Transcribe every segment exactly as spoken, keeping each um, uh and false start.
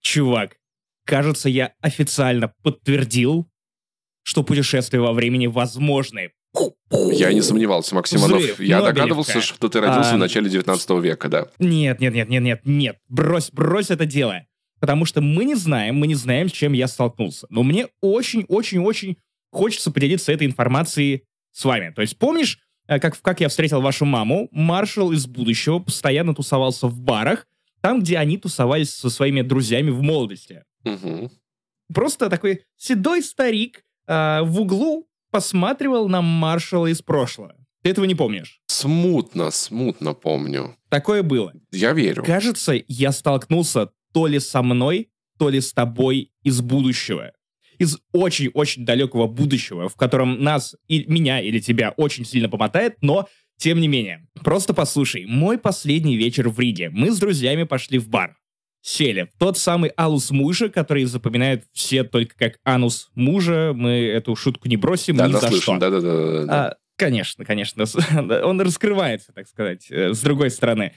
Чувак, кажется, я официально подтвердил, что путешествия во времени возможны. Я не сомневался, Максимонов. Взрыв, Я Нобелевка. догадывался, что ты родился А, в начале девятнадцатого века, да. Нет, нет, нет, нет, нет, нет. Брось, брось это дело. Потому что мы не знаем, мы не знаем, с чем я столкнулся. Но мне очень-очень-очень хочется поделиться этой информацией с вами. То есть помнишь, э, как, как я встретил вашу маму? Маршал из будущего постоянно тусовался в барах, там, где они тусовались со своими друзьями в молодости. Угу. Просто такой седой старик э, в углу посматривал на маршала из прошлого. Ты этого не помнишь? Смутно, смутно помню. Такое было. Я верю. Кажется, я столкнулся то ли со мной, то ли с тобой из будущего. Из очень-очень далекого будущего, в котором нас, и меня или тебя очень сильно помотает, но тем не менее. Просто послушай, мой последний вечер в Риге. Мы с друзьями пошли в бар. Сели в тот самый алус мужа, который запоминают все только как анус мужа. Мы эту шутку не бросим Да, ни за наслышан, что. да-да-да. А, конечно, конечно. Он раскрывается, так сказать, э, с другой стороны.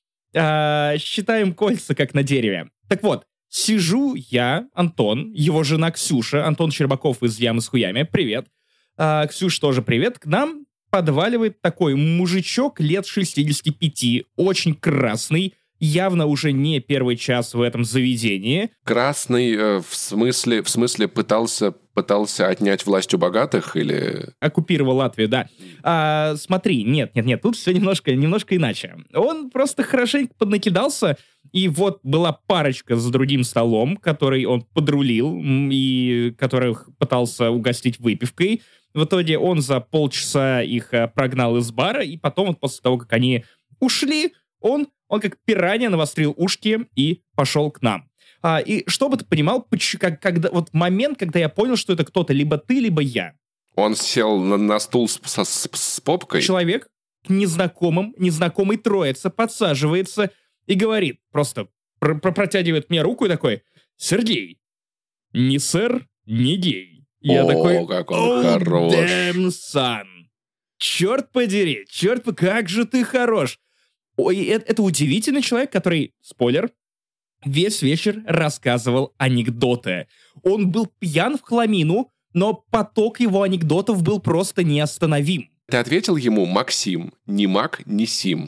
А, считаем кольца, как на дереве. Так вот, сижу я, Антон, его жена Ксюша, Антон Щербаков из «Ямы с хуями», привет. А, Ксюш, тоже привет. К нам подваливает такой мужичок лет шестидесяти пяти, очень красный, явно уже не первый час в этом заведении. Красный э, в смысле, в смысле пытался, пытался отнять власть у богатых или... Оккупировал Латвию, да. А, смотри, нет, нет, нет, тут все немножко, немножко иначе. Он просто хорошенько поднакидался, и вот была парочка за другим столом, который он подрулил и которых пытался угостить выпивкой. В итоге он за полчаса их а, прогнал из бара, и потом, вот после того, как они ушли, он, он как пиранья навострил ушки и пошел к нам. А, и чтобы ты понимал, поч- как, когда, вот момент, когда я понял, что это кто-то, либо ты, либо я. Он сел на, на стул с, с, с, с попкой? Человек к незнакомым, незнакомой троице подсаживается и говорит, просто пр- пр- протягивает мне руку и такой: «Сергей, не сэр, не гей». Я О, такой: как он «Oh, хорош». damn son. Черт подери, черт, по- как же ты хорош. Ой, это, это удивительный человек, который, спойлер, весь вечер рассказывал анекдоты. Он был пьян в хламину, но поток его анекдотов был просто неостановим. Ты ответил ему: Максим, ни Мак, ни Сим.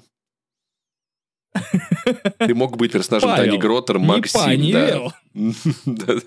Ты мог быть персонажем Павел, Тани Гроттер, не Максим. Панивел. Да.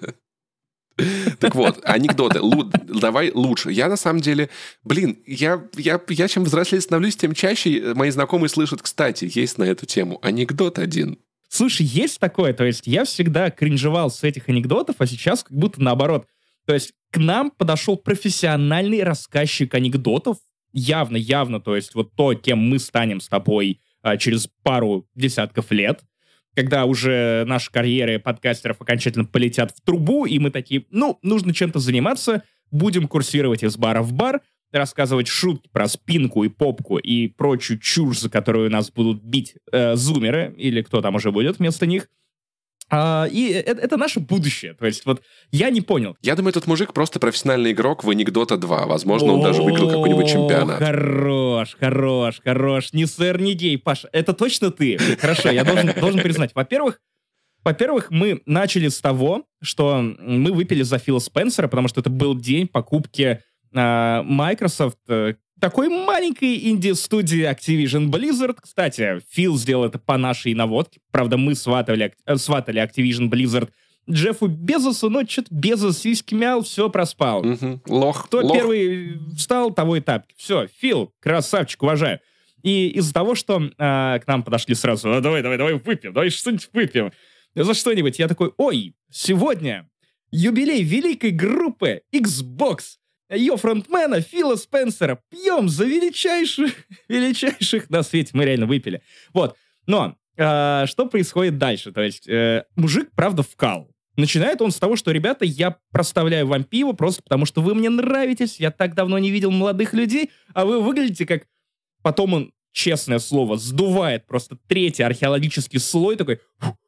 Так вот, анекдоты. Лу- давай лучше. Я на самом деле... Блин, я, я, я чем взрослее становлюсь, тем чаще мои знакомые слышат, кстати, есть на эту тему анекдот один. Слушай, есть такое, то есть я всегда кринжевал с этих анекдотов, а сейчас как будто наоборот. То есть к нам подошел профессиональный рассказчик анекдотов, явно-явно, то есть вот то, кем мы станем с тобой а, через пару десятков лет, когда уже наши карьеры подкастеров окончательно полетят в трубу, и мы такие, ну, нужно чем-то заниматься, будем курсировать из бара в бар, рассказывать шутки про спинку и попку и прочую чушь, за которую нас будут бить э, зумеры, или кто там уже будет вместо них. А, и это, это наше будущее. То есть вот я не понял. Я думаю, этот мужик просто профессиональный игрок в Анекдота два. Возможно, он даже выиграл какой-нибудь чемпионат. Хорош, хорош, хорош. Не сэр, не гей, Паша. Это точно ты. Хорошо, я должен, должен признать. Во-первых, во-первых, мы начали с того, что мы выпили за Фила Спенсера, потому что это был день покупки э, Microsoft э, такой маленькой инди-студии Activision Blizzard. Кстати, Фил сделал это по нашей наводке. Правда, мы сватали, э, сватали Activision Blizzard Джеффу Безосу, но что-то Безос сиськи мял, все проспал. Угу. Лох. Кто лох. первый встал, того и тапки. Все, Фил, красавчик, уважаю. И из-за того, что э, к нам подошли сразу, а, давай, давай, давай выпьем, давай что-нибудь выпьем. За что-нибудь. Я такой, ой, сегодня юбилей великой группы Xbox, ее фронтмена Фила Спенсера. Пьем за величайших, величайших на свете. Мы реально выпили. Вот. Но э, что происходит дальше? То есть э, мужик, правда, вкал. Начинает он с того, что, ребята, я проставляю вам пиво просто потому, что вы мне нравитесь. Я так давно не видел молодых людей, а вы выглядите как... Потом он, честное слово, сдувает просто третий археологический слой такой...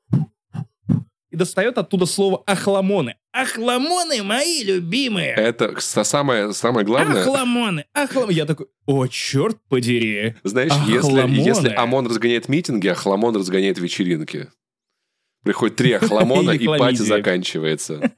И достает оттуда слово «ахламоны». «Ахламоны мои любимые!» Это самое, самое главное. «Ахламоны! Ахламоны!» Я такой, о, черт подери! Знаешь, если, если ОМОН разгоняет митинги, Ахламон разгоняет вечеринки. Приходит три охламона, Или и пати хламидия. заканчивается.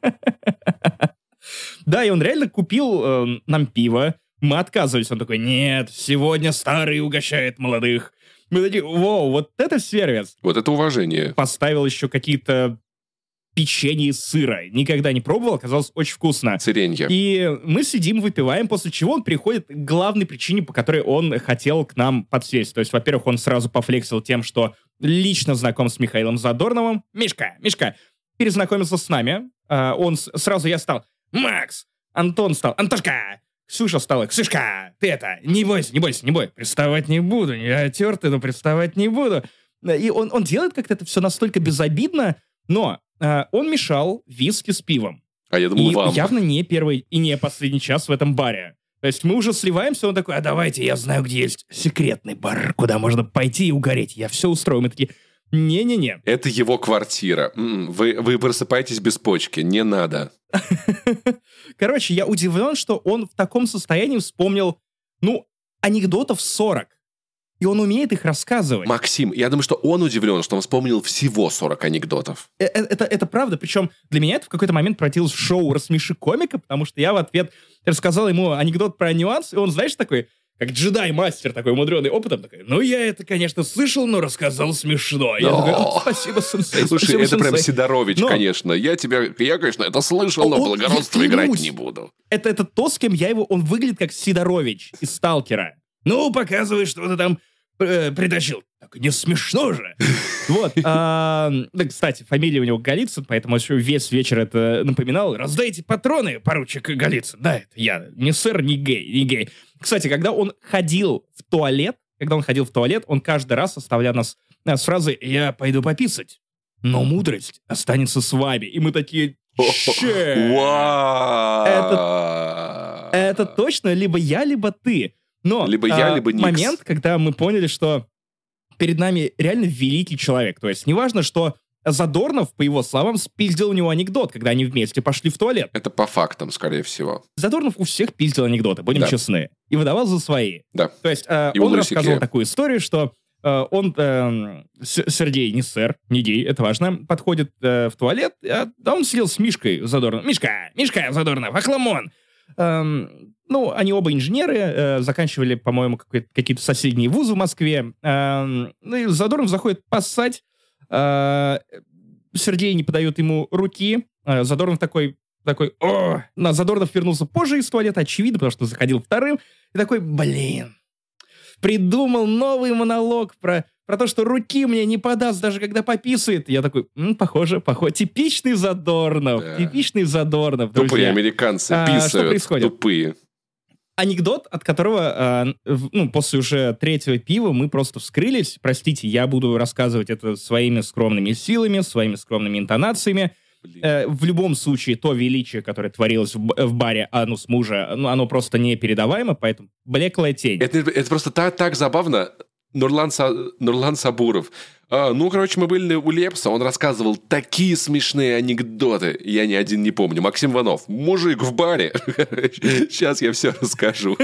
Да, и он реально купил э, нам пиво. Мы отказывались. Он такой, нет, сегодня старый угощает молодых. Мы такие, воу, вот это сервис. Вот это уважение. Поставил еще какие-то печенье из сыра. Никогда не пробовал, оказалось очень вкусно. Сиренье. И мы сидим, выпиваем, после чего он приходит к главной причине, по которой он хотел к нам подсесть. То есть, во-первых, он сразу пофлексил тем, что лично знаком с Михаилом Задорновым. Мишка, Мишка, перезнакомился с нами. А, он с- сразу я стал Макс. Антон стал Антошка. Ксюша стала Ксюшка. Ты это, не бойся, не бойся, не бойся. Приставать не буду. Я тертый, но приставать не буду. И он, он делает как-то это все настолько безобидно, но а, он мешал виски с пивом. А я думал, И вам. явно не первый и не последний час в этом баре. То есть мы уже сливаемся, он такой, а давайте, я знаю, где есть секретный бар, куда можно пойти и угореть. Я все устрою. Мы такие, не-не-не. Это его квартира. М, Вы, вы просыпаетесь без почки. Не надо. Короче, я удивлен, что он в таком состоянии вспомнил, ну, анекдотов сорок. И он умеет их рассказывать. Максим, я думаю, что он удивлен, что он вспомнил всего сорок анекдотов. Э- э- Это, это правда. Причем для меня это в какой-то момент превратилось в шоу «Рассмеши комика», потому что я в ответ рассказал ему анекдот про нюанс, и он, знаешь, такой, как джедай-мастер, такой умудренный опытом, такой, ну, я это, конечно, слышал, но рассказал смешно. Я Но. такой, «О, спасибо, сенсей, Слушай, спасибо, это прям сенсей». Сидорович, Но- конечно. Я тебя, я, конечно, это слышал, но Он- благородство я играть клянусь. не буду. Это, это то, с кем я его... Он выглядит как Сидорович из «Сталкера». Ну, показывай, что ты там э, притащил. Так не смешно же. Вот. а, да, кстати, фамилия у него Голицын, поэтому еще весь вечер это напоминал. Раздайте патроны, поручик Голицын. Да, это я. Не сэр, не гей, не гей. Кстати, когда он ходил в туалет, когда он ходил в туалет, он каждый раз оставлял нас э, с фразой «Я пойду пописать, но мудрость останется с вами». И мы такие «Че?» Вау! Это точно либо я, либо ты. Но Либо я, а, либо Никс. момент, когда мы поняли, что перед нами реально великий человек. То есть неважно, что Задорнов, по его словам, спиздил у него анекдот, когда они вместе пошли в туалет. Это по фактам, скорее всего. Задорнов у всех пиздил анекдоты, будем Да. честны. И выдавал за свои. Да. То есть э, И у он Лысики. рассказывал такую историю, что э, он, э, С- Сергей, не сэр, не гей, это важно, подходит э, в туалет, а да он сидел с Мишкой Задорновым. Мишка, Мишка Задорнов, охламон! Эм, ну, они оба инженеры, э, заканчивали, по-моему, какой- какие-то соседние вузы в Москве. Эм, ну и Задорнов заходит поссать, э, Сергей не подает ему руки, э, Задорнов такой, такой, о, на Задорнов вернулся позже из туалета, очевидно, потому что заходил вторым, и такой, блин, придумал новый монолог про, про то, что руки мне не подаст, даже когда пописывает. Я такой, «М, похоже, похоже, типичный Задорнов, Да. типичный Задорнов, Тупые друзья». американцы А, что писают. происходит? Тупые. Анекдот, от которого, э, в- ну, после уже третьего пива мы просто вскрылись. Простите, я буду рассказывать это своими скромными силами, своими скромными интонациями. Блин. Э, в любом случае, то величие, которое творилось в, б- в баре Анус мужа, ну, оно просто непередаваемо, поэтому блеклая тень. Это, это просто так, так забавно. Нурлан, Са- Нурлан Сабуров. А, ну, короче, мы были у Лепса, он рассказывал такие смешные анекдоты. Я ни один не помню. Максим Иванов. Мужик в баре. Сейчас я все расскажу.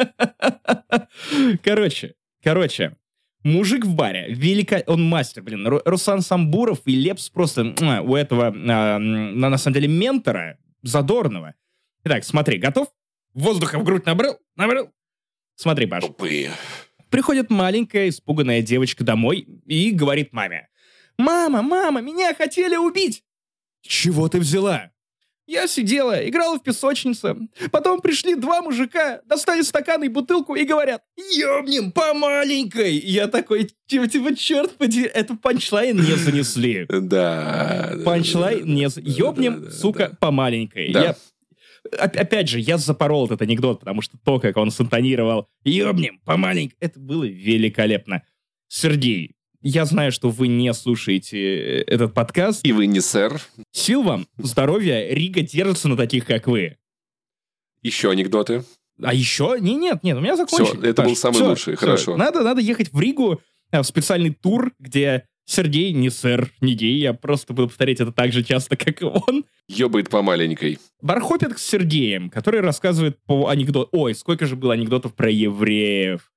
Короче, короче, мужик в баре, велика... он мастер, блин, Ру- Руслан Самбуров и Лепс просто муа, у этого, а, м, на, на самом деле, ментора Задорнова. Итак, смотри, готов? Воздуха в грудь набрал? Набрал? Смотри, Паш. Тупые. Приходит маленькая испуганная девочка домой и говорит маме. «Мама, мама, меня хотели убить!» «Чего ты взяла?» «Я сидела, играла в песочнице. Потом пришли два мужика, достали стакан и бутылку и говорят, ёбнем по маленькой!» Я такой, типа, типа, черт подери, это панчлайн не занесли. Да. Панчлайн не... да, Ёбнем, да, да, сука, да. по маленькой. Да. Я... Оп- Опять же, я запорол этот анекдот, потому что то, как он синтонировал «Ёбнем, по маленькой», это было великолепно. Сергей, я знаю, что вы не слушаете э, этот подкаст. И вы не сэр. Сил вам, здоровья, Рига держится на таких, как вы. Еще анекдоты. А еще? Не, нет, нет, у меня закончили. Всё, это Паш, был самый всё, лучший, всё. хорошо. Надо, надо ехать в Ригу э, в специальный тур, где Сергей не сэр, не гей, я просто буду повторять это так же часто, как и он. Ёбает по маленькой. Бархопинг с Сергеем, который рассказывает по анекдоту. Ой, сколько же было анекдотов про евреев.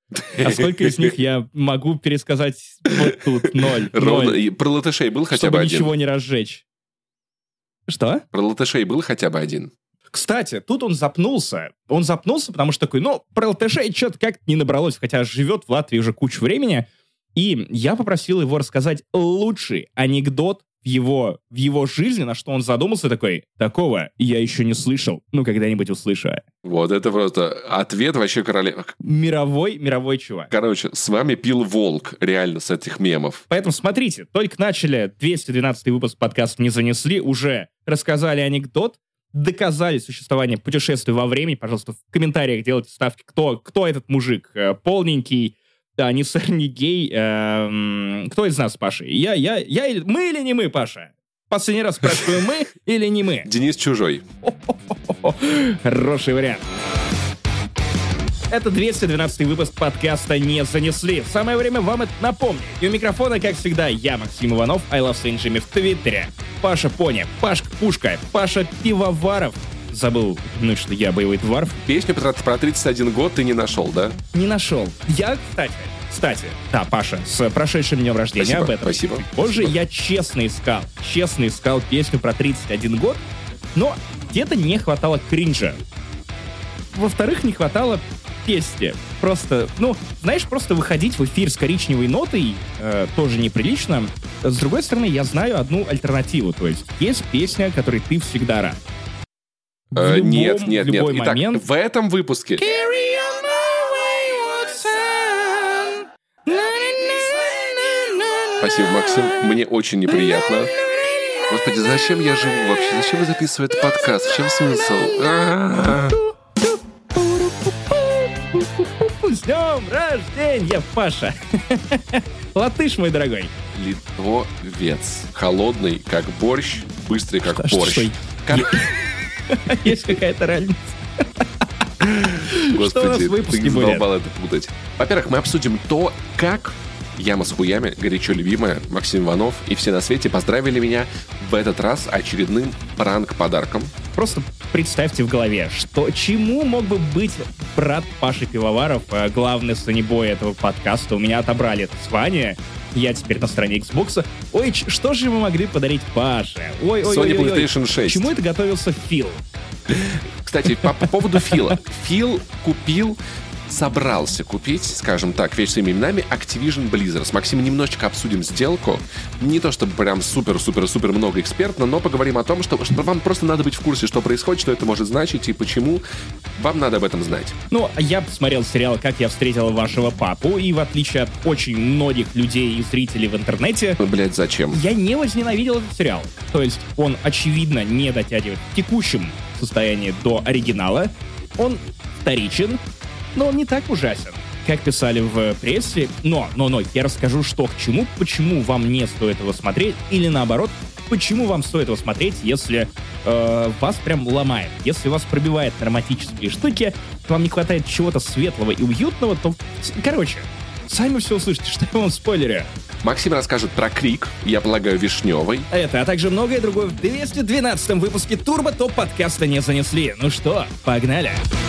А сколько из них я могу пересказать вот тут? Ноль. Ровно. Ноль. И про латышей был хотя Чтобы бы один? ничего не разжечь. Что? Про латышей был хотя бы один? Кстати, тут он запнулся. Он запнулся, потому что такой, ну, про ЛТШ что-то как-то не набралось, хотя живет в Латвии уже кучу времени. И я попросил его рассказать лучший анекдот в его, в его жизни, на что он задумался такой, такого я еще не слышал, ну, когда-нибудь услышу. Вот это просто ответ вообще королева. Мировой, мировой чувак. Короче, с вами пил волк, реально, с этих мемов. Поэтому смотрите, только начали двести двенадцатый выпуск подкаста «Не занесли», уже рассказали анекдот, доказали существование путешествий во времени. Пожалуйста, в комментариях делайте ставки, кто, кто этот мужик, полненький, да, не сэр, не гей. Эм, кто из нас, Паша? Я, я, я, или... Мы или не мы, Паша? Последний раз спрашиваю, мы или не мы? Денис Чужой. Хороший вариант. Это двести двенадцатый выпуск подкаста «Не занесли». Самое время вам это напомнить. И у микрофона, как всегда, я, Максим Иванов, I Love Saint Jimmy в Твиттере. Паша Пони, Пашка Пушка, Паша Пивоваров. Забыл упомянуть, что я боевой дворф. Песню про, про тридцать один год ты не нашел, да? Не нашел. Я, кстати, кстати, да, Паша, с прошедшим днем рождения, Спасибо, об этом. спасибо. Позже спасибо. я честно искал, честно искал песню про тридцать один год, но где-то не хватало кринжа. Во-вторых, не хватало песни. Просто, ну, знаешь, просто выходить в эфир с коричневой нотой э, тоже неприлично. С другой стороны, я знаю одну альтернативу, то есть есть песня, которой ты всегда рад. В Э, любом, нет, нет, в любой нет. момент. Итак, в этом выпуске... Спасибо, Максим. Мне очень неприятно. Господи, зачем я живу вообще? Зачем я записываю этот подкаст? В чем смысл? А-а-а. С днем рождения, Паша! Латыш, мой дорогой. Литовец. Холодный, как борщ, быстрый, как Что- борщ. что- Кор- Есть какая-то разница. Что у нас Господи, в выпуске ты будет? задолбал это путать. Во-первых, мы обсудим то, как Яма с хуями, горячо любимая, Максим Иванов и все на свете поздравили меня в этот раз очередным пранк-подарком. Просто представьте в голове, что чему мог бы быть брат Паши Пивоваров, э, главный санебой этого подкаста. У меня отобрали это звание. Я теперь на стороне Xbox. Ой, ч- что же мы могли подарить Паше? Ой, ой, Sony ой, ой, ой. PlayStation шесть. К чему это готовился Фил? Кстати, по, по поводу Фила. Фил купил, собрался купить, скажем так, вещь своими именами, Activision Blizzard. С Максимом немножечко обсудим сделку. Не то чтобы прям супер-супер-супер много экспертно, но поговорим о том, что, что вам просто надо быть в курсе, что происходит, что это может значить и почему вам надо об этом знать. Ну, я посмотрел сериал «Как я встретил вашего папу», и в отличие от очень многих людей и зрителей в интернете, Ну, блядь, зачем? я не возненавидел этот сериал. То есть он, очевидно, не дотягивает в текущем состоянии до оригинала. Он вторичен, но он не так ужасен, как писали в прессе. Но, но, но, я расскажу, что к чему, почему вам не стоит его смотреть, или наоборот, почему вам стоит его смотреть, если э, вас прям ломает, если вас пробивает на романтические штуки, вам не хватает чего-то светлого и уютного, то, короче, сами все услышите, что я вам спойлерю. Максим расскажет про Крик, я полагаю, вишневый. Это, а также многое другое в двести двенадцатом выпуске Турбо Топ подкаста «Не занесли». Ну что, погнали!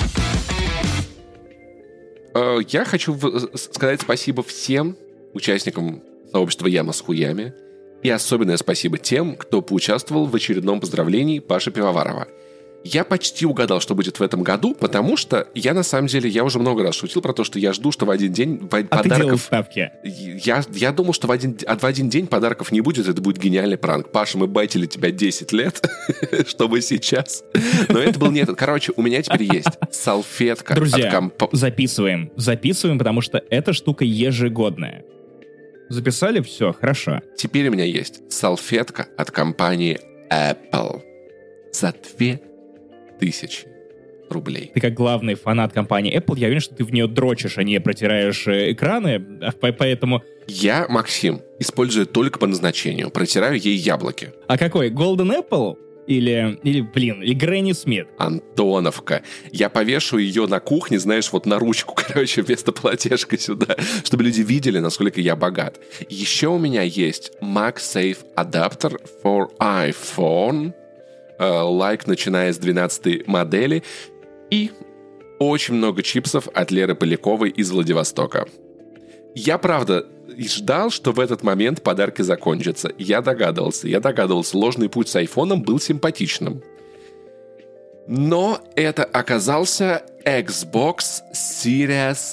Э, Я хочу в- сказать спасибо всем участникам сообщества Яма с хуями. И особенное спасибо тем, кто поучаствовал в очередном поздравлении Паши Пивоварова. Я почти угадал, что будет в этом году, потому что я, на самом деле, я уже много раз шутил про то, что я жду, что в один день в- А ты делал подарков... ставки. Я, я думал, что в один, а в один день подарков не будет, это будет гениальный пранк. Паша, мы байтили тебя десять лет, чтобы сейчас. Но это был не этот. Короче, у меня теперь есть салфетка от Друзья, комп... записываем. Записываем, потому что эта штука ежегодная. Записали? Все, хорошо. Теперь у меня есть салфетка от компании Apple за две тысячи рублей. Ты как главный фанат компании Apple, я уверен, что ты в нее дрочишь, а не протираешь э, экраны, а по- поэтому... Я, Максим, использую только по назначению. Протираю ей яблоки. А какой? Golden Apple? Или, или блин, или Грэнни Смит? Антоновка. Я повешу ее на кухне, знаешь, вот на ручку, короче, вместо полотешка сюда, чтобы люди видели, насколько я богат. Еще у меня есть MagSafe адаптер for iPhone, э, like, начиная с двенадцатой модели. И очень много чипсов от Леры Поляковой из Владивостока. Я, правда, ждал, что в этот момент подарки закончатся. Я догадывался, я догадывался, ложный путь с айфоном был симпатичным. Но это оказался Xbox Series.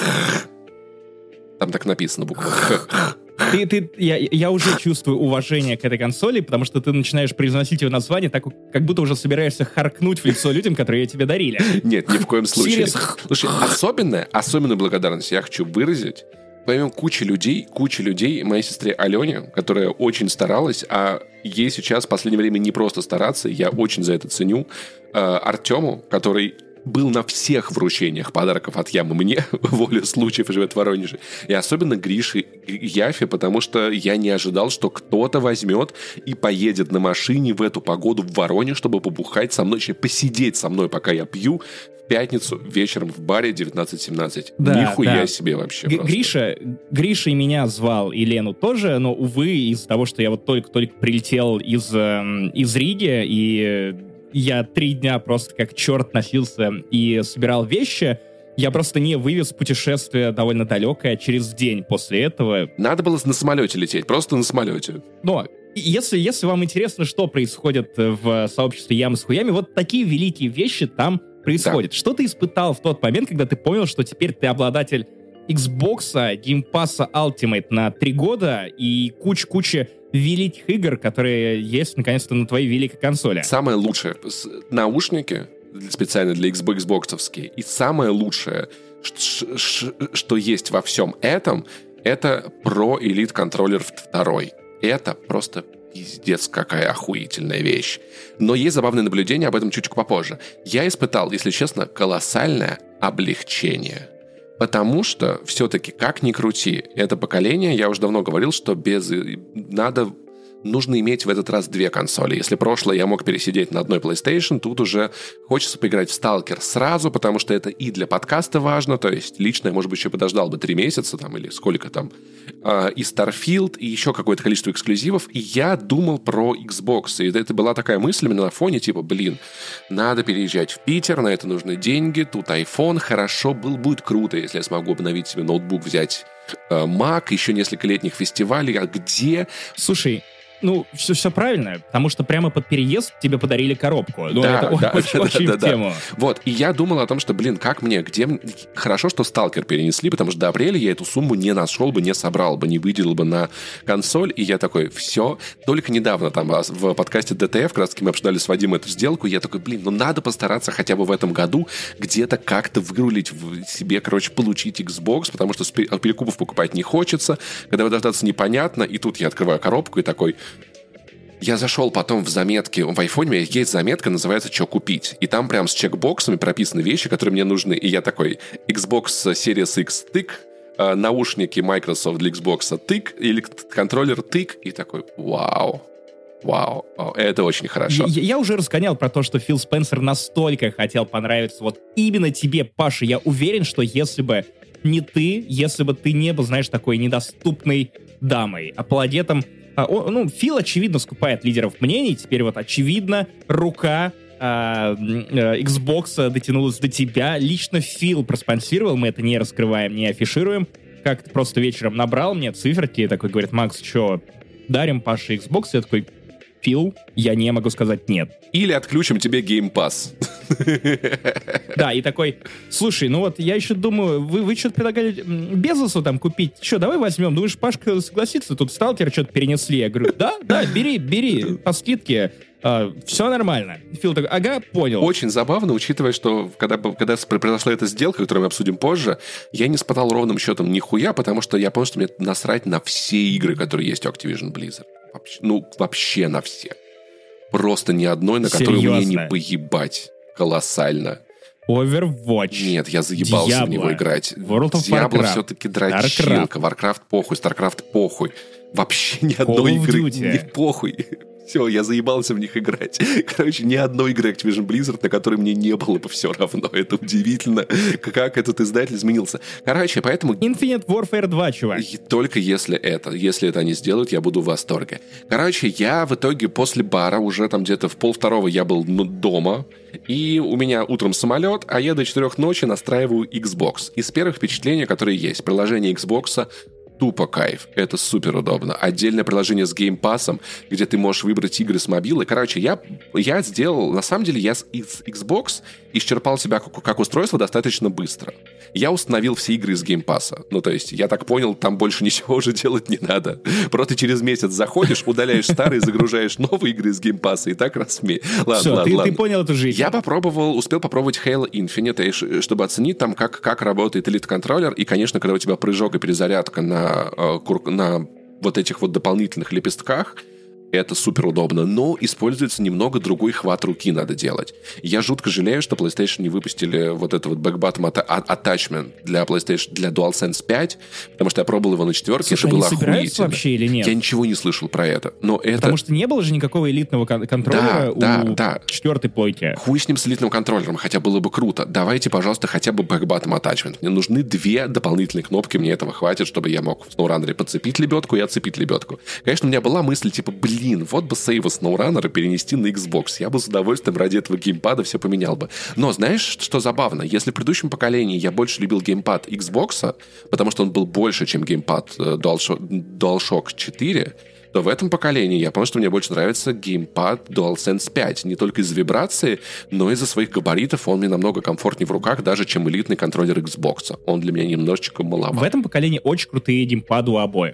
Там так написано, буква Х. Ты, ты, я, я уже чувствую уважение к этой консоли, потому что ты начинаешь произносить ее название так, как будто уже собираешься харкнуть в лицо людям, которые ее тебе дарили. Нет, ни в коем случае. Series. Слушай, особенная, особенную благодарность я хочу выразить помимо кучи людей, кучи людей, моей сестре Алене, которая очень старалась, а ей сейчас в последнее время не просто стараться, я очень за это ценю, э, Артему, который был на всех вручениях подарков от Ямы мне, волю случаев, живет в Воронеже. И особенно Грише Яфе, потому что я не ожидал, что кто-то возьмет и поедет на машине в эту погоду в Воронеж, чтобы побухать со мной, посидеть со мной, пока я пью, в пятницу вечером в баре девятнадцать семнадцать. Да, Нихуя да. себе вообще. Г- Гриша, Гриша и меня звал, и Лену тоже, но, увы, из-за того, что я вот только-только прилетел из, э, из Риги, и я три дня просто как черт носился и собирал вещи, я просто не вывез путешествие довольно далекое через день после этого. Надо было на самолете лететь, просто на самолете. Но если, если вам интересно, что происходит в сообществе Ямы с хуями, вот такие великие вещи там происходят. Да. Что ты испытал в тот момент, когда ты понял, что теперь ты обладатель Xbox, Game Pass Ultimate на три года и куча-куча великих игр, которые есть, наконец-то, на твоей великой консоли? Самое лучшее — наушники, специально для Xbox-овские, и самое лучшее, что есть во всем этом, это Pro Elite Controller два. Это просто пиздец, какая охуительная вещь. Но есть забавное наблюдение, об этом чуть-чуть попозже. Я испытал, если честно, колоссальное облегчение. Потому что, все-таки, как ни крути, это поколение, я уже давно говорил, что без... Надо... Нужно иметь в этот раз две консоли. Если прошлое я мог пересидеть на одной PlayStation, тут уже хочется поиграть в Stalker сразу, потому что это и для подкаста важно, то есть лично я, может быть, еще подождал бы три месяца там, или сколько там, э, и Starfield, и еще какое-то количество эксклюзивов, и я думал про Xbox, и это была такая мысль именно на фоне, типа, блин, надо переезжать в Питер, на это нужны деньги, тут iPhone, хорошо, был, будет круто, если я смогу обновить себе ноутбук, взять э, Mac, еще несколько летних фестивалей, а где... Слушай, ну, все, все правильно, потому что прямо под переезд тебе подарили коробку. Ну, да, это да, очень, да, очень да, в да, тему. да. Вот, и я думал о том, что, блин, как мне, где... Хорошо, что Stalker перенесли, потому что до апреля я эту сумму не нашел бы, не собрал бы, не выделил бы на консоль, и я такой, все. Только недавно там в подкасте ди ти эф, как раз таки мы обсуждали с Вадимом эту сделку, и я такой, блин, ну надо постараться хотя бы в этом году где-то как-то вырулить в себе, короче, получить Xbox, потому что перекупов покупать не хочется, когда вы дождаться непонятно, и тут я открываю коробку и такой... Я зашел потом в заметки, в айфоне есть заметка, называется «Что купить?». И там прям с чекбоксами прописаны вещи, которые мне нужны. И я такой, Xbox Series X тык, наушники Microsoft для Xbox тык, или контроллер тык. И такой, вау, вау, это очень хорошо. Я, я уже разгонял про то, что Фил Спенсер настолько хотел понравиться вот именно тебе, Паша. Я уверен, что если бы не ты, если бы ты не был, знаешь, такой недоступной дамой, аплодетом. А, он, ну, Фил, очевидно, скупает лидеров мнений. Теперь вот, очевидно, рука а, а, Xbox дотянулась до тебя. Лично Фил проспонсировал, мы это не раскрываем, не афишируем. Как-то просто вечером набрал мне циферки и такой говорит, Макс, что, дарим Паше Xbox? Я такой, Фил, я не могу сказать нет. Или отключим тебе Game Pass. Да, и такой, слушай, ну вот я еще думаю, вы, вы что-то предлагали Безосу там купить, что, давай возьмем, думаешь, Пашка согласится, тут Сталкер что-то перенесли, я говорю, да, да, бери, бери, по скидке, э, все нормально. Фил такой, ага, понял. Очень забавно, учитывая, что когда, когда произошла эта сделка, которую мы обсудим позже, я не испытал ровным счетом нихуя, потому что я понял, что мне насрать на все игры, которые есть у Activision Blizzard. Вообще, ну, вообще на все. Просто ни одной, на которую Серьезно? мне не поебать. Колоссально. Overwatch. Нет, я заебался Diablo, в него играть. World of Diablo Warcraft, все-таки дрочилка. Starcraft. Warcraft похуй, Starcraft похуй. Вообще ни одной Call of игры Duty. не похуй. Все, я заебался в них играть. Короче, ни одной игры Activision Blizzard, на которой мне не было бы все равно. Это удивительно, как этот издатель изменился. Короче, поэтому... Infinite Warfare два, чувак. И только если это. Если это они сделают, я буду в восторге. Короче, я в итоге после бара, уже там где-то в полвторого я был ну, дома, и у меня утром самолет, а я до четырех ночи настраиваю Xbox. Из первых впечатлений, которые есть, приложение Xbox тупо кайф. Это супер удобно. Отдельное приложение с геймпассом, где ты можешь выбрать игры с мобилы. Короче, я, я сделал... На самом деле, я с Xbox исчерпал себя как, как устройство достаточно быстро. Я установил все игры из геймпасса. Ну, то есть, я так понял, там больше ничего уже делать не надо. Просто через месяц заходишь, удаляешь старые, загружаешь новые игры из геймпасса, и так раз в месяц. Ладно, Все, ладно, ты, ладно. ты понял эту жизнь. Я попробовал, успел попробовать Halo Infinite, чтобы оценить там, как, как работает элит-контроллер. И, конечно, когда у тебя прыжок и перезарядка на, на вот этих вот дополнительных лепестках, это супер удобно, но используется немного другой хват руки надо делать. Я жутко жалею, что PlayStation не выпустили вот это вот back-button attachment для PlayStation, для DualSense пять, потому что я пробовал его на четверке, Слушай, это было они собираются охуительно. Вообще или нет? Я ничего не слышал про это, но это... Потому что не было же никакого элитного кон- контроллера да, у да, да. четвертой плойки. Хуй с ним с элитным контроллером, хотя было бы круто. Давайте, пожалуйста, хотя бы back-button attachment. Мне нужны две дополнительные кнопки, мне этого хватит, чтобы я мог в SnowRunner подцепить лебедку и отцепить лебедку. Конечно, у меня была мысль, типа, блин, вот бы сейв SnowRunner перенести на Xbox. Я бы с удовольствием ради этого геймпада все поменял бы. Но знаешь, что забавно? Если в предыдущем поколении я больше любил геймпад Xbox, потому что он был больше, чем геймпад DualShock четыре, то в этом поколении я понял, что мне больше нравится геймпад DualSense пять. Не только из-за вибрации, но и из-за своих габаритов. Он мне намного комфортнее в руках, даже чем элитный контроллер Xbox. Он для меня немножечко маловат. В этом поколении очень крутые геймпады у обоих.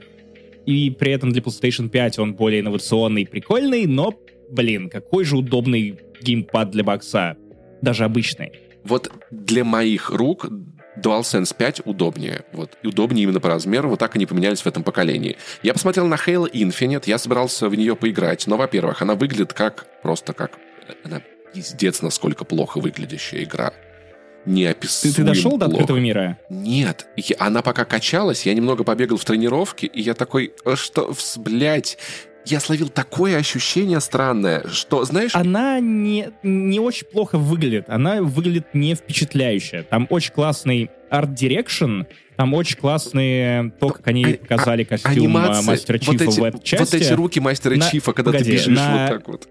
И при этом для PlayStation пять он более инновационный и прикольный, но, блин, какой же удобный геймпад для бокса. Даже обычный. Вот для моих рук DualSense пять удобнее. Вот, и удобнее именно по размеру. Вот так они поменялись в этом поколении. Я посмотрел на Halo Infinite, я собирался в нее поиграть. Но, во-первых, она выглядит как... Просто как... Она пиздец, насколько плохо выглядящая игра. Неописуемо. Ты, ты дошел плохо. до открытого мира? Нет. Я, она пока качалась, я немного побегал в тренировке, и я такой, что, блядь, я словил такое ощущение странное, что, знаешь... Она не, не очень плохо выглядит, она выглядит не впечатляюще. Там очень классный арт-дирекшн, там очень классные то, как они а, показали костюм анимация, Мастера Чифа вот эти, в этой части. Вот эти руки Мастера на, Чифа, когда погоди, ты бежишь на, вот так вот.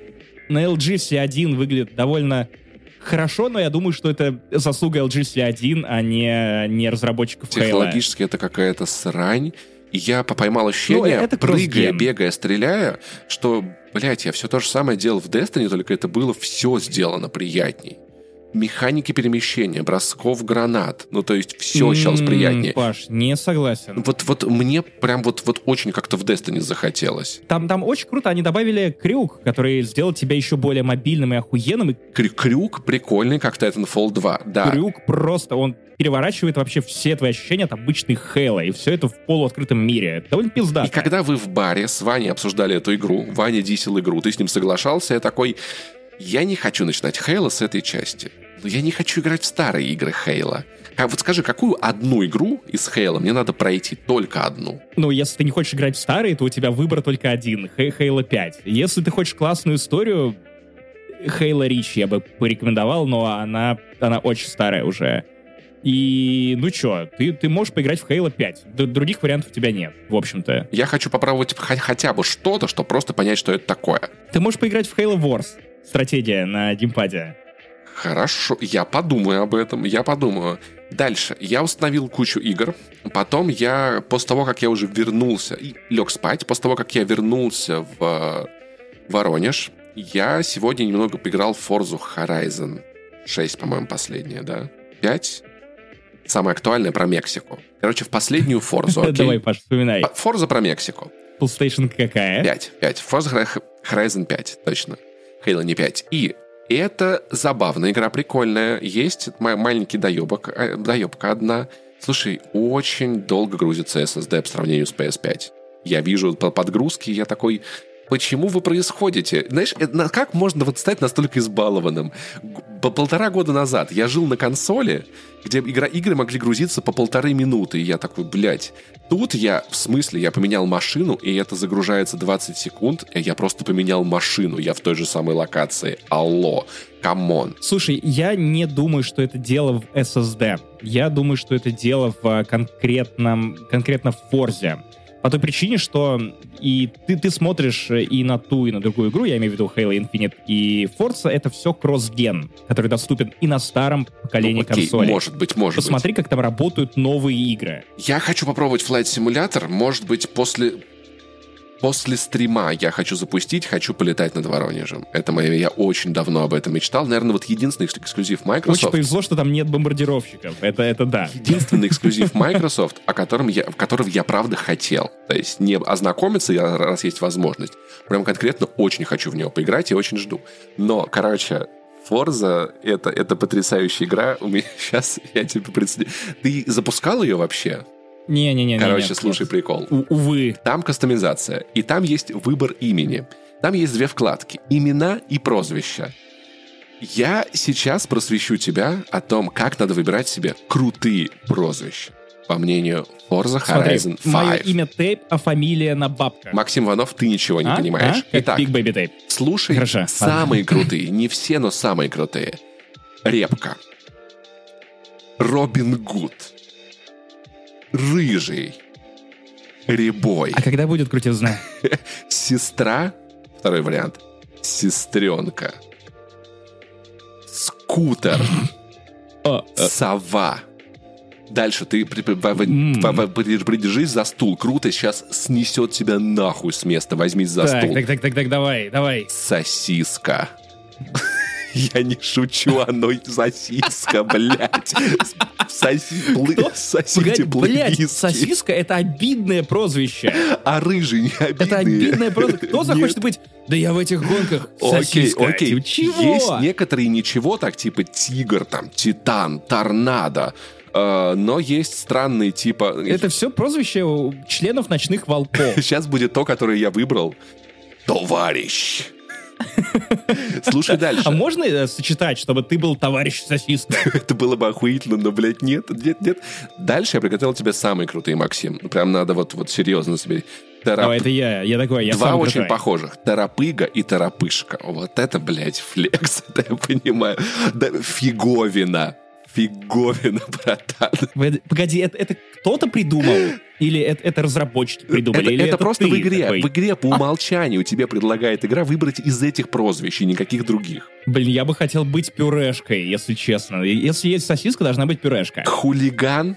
На эл джи си один выглядит довольно... Хорошо, но я думаю, что это заслуга эл джи си один, а не, не разработчиков Halo. Технологически это какая-то срань. И я поймал ощущение, ну, прыгая, бегая, стреляя, что, блядь, я все то же самое делал в Destiny, только это было все сделано приятней. Механики перемещения, бросков гранат. Ну, то есть все mm, сейчас приятнее. Паш, не согласен. Вот, вот мне прям вот, вот очень как-то в Destiny захотелось. Там, там очень круто. Они добавили крюк, который сделал тебя еще более мобильным и охуенным. Крю- крюк прикольный, как Titanfall два, да. Крюк просто, он переворачивает вообще все твои ощущения от обычной Halo. И все это в полуоткрытом мире. Это довольно пиздато. И когда вы в баре с Ваней обсуждали эту игру, Ваня дисел игру, ты с ним соглашался, я такой... Я не хочу начинать Halo с этой части. Но я не хочу играть в старые игры Halo. А вот скажи, какую одну игру из Halo мне надо пройти? Только одну. Ну, если ты не хочешь играть в старые, то у тебя выбор только один. Halo пять. Если ты хочешь классную историю, Halo Reach я бы порекомендовал, но она, она очень старая уже. И, ну чё, ты, ты можешь поиграть в Halo пять. Других вариантов у тебя нет, в общем-то. Я хочу попробовать хотя бы что-то, чтобы просто понять, что это такое. Ты можешь поиграть в Halo Wars. Стратегия на геймпаде. Хорошо, я подумаю об этом, я подумаю. Дальше, я установил кучу игр, потом я, после того, как я уже вернулся, и лег спать, после того, как я вернулся в Воронеж, я сегодня немного поиграл в Forza Horizon шесть, по-моему, последняя, да? пять? Самое актуальное про Мексику. Короче, в последнюю Forza, окей? Давай, Паш, вспоминай. Forza про Мексику. PlayStation какая? пять, пять. Forza Horizon пять, точно. Halo не пять. И это забавная игра, прикольная. Есть маленький доебок, доебка одна. Слушай, очень долго грузится эс эс ди по сравнению с пи эс пять. Я вижу подгрузки, я такой... Почему вы происходите? Знаешь, как можно вот стать настолько избалованным? по полтора года назад я жил на консоли, где игра, игры могли грузиться по полторы минуты. И я такой, блядь, тут я, в смысле, я поменял машину, и это загружается двадцать секунд, и я просто поменял машину, я в той же самой локации. Алло, камон. Слушай, я не думаю, что это дело в эс эс ди. Я думаю, что это дело в конкретном, конкретно в Forza. По той причине, что и ты, ты смотришь и на ту, и на другую игру, я имею в виду Halo Infinite и Forza, это все кросс-ген, который доступен и на старом поколении ну, окей, консолей. Может быть, может Посмотри, быть. как там работают новые игры. Я хочу попробовать Flight Simulator, может быть, после... После стрима я хочу запустить, хочу полетать над Воронежем. Это мое, я очень давно об этом мечтал. Наверное, вот единственный эксклюзив Microsoft... Очень повезло, что там нет бомбардировщиков. Это, это да. Единственный эксклюзив Microsoft, о котором я, в котором я правда хотел. То есть не ознакомиться, раз есть возможность. Прям конкретно очень хочу в него поиграть и очень жду. Но, короче... Forza это, это потрясающая игра. У меня сейчас, я тебе представляю... Ты запускал ее вообще? Не-не-не. Короче, нет, слушай нет. прикол. У- увы. Там кастомизация, и там есть выбор имени. Там есть две вкладки. Имена и прозвища. Я сейчас просвещу тебя о том, как надо выбирать себе крутые прозвища. По мнению Forza Horizon Смотри, мое пять. имя Тейп, а фамилия на бабках. Максим Иванов, ты ничего не А? понимаешь. А? Как Итак, Big Baby Tape. слушай Хорошо, самые крутые. Не все, но самые крутые. Репка. Робин Гуд. Рыжий. Рябой. А когда будет крутизна? Сестра. Второй вариант. Сестренка. Скутер. О, э, Сова. Дальше ты при- при- при- М. при- при- придержись за стул. Круто, сейчас снесет тебя нахуй с места. Возьмись за так, стул. так, так, так, так, давай, давай. Сосиска. Я не шучу, оно сосиска, блядь. Соси... плы- Кто? Сосите Погоди, блядь, плывиски. сосиска — это обидное прозвище. А рыжий не обидный. Это обидное прозвище. Кто захочет Нет. быть? Да я в этих гонках Окей, сосиска. окей. Типа, чего? Есть некоторые ничего, так типа тигр, там, титан, торнадо. Э, но есть странные типа... Это все прозвище у членов ночных волков. Сейчас будет то, которое я выбрал. Товарищ. Слушай дальше. А можно э, сочетать, чтобы ты был товарищ сосиска? Это было бы охуительно, но, блядь, нет, нет, нет. Дальше я приготовил тебе самые крутые, Максим. Прям надо вот, вот серьезно себе. Тарап... Давай, это я, я такой, я Два сам очень крутой. похожих. Тарапыга и тарапышка. Вот это, блядь, флекс, это я понимаю. Да, фиговина. Фиговина, братан. Вы- Погоди, это, это кто-то придумал? Или это, это разработчики придумали? Это, Или это это просто ты в игре. такой? В игре по умолчанию тебе предлагает игра выбрать из этих прозвищ и никаких других. Блин, я бы хотел быть пюрешкой, если честно. И Если есть сосиска, должна быть пюрешка. Хулиган.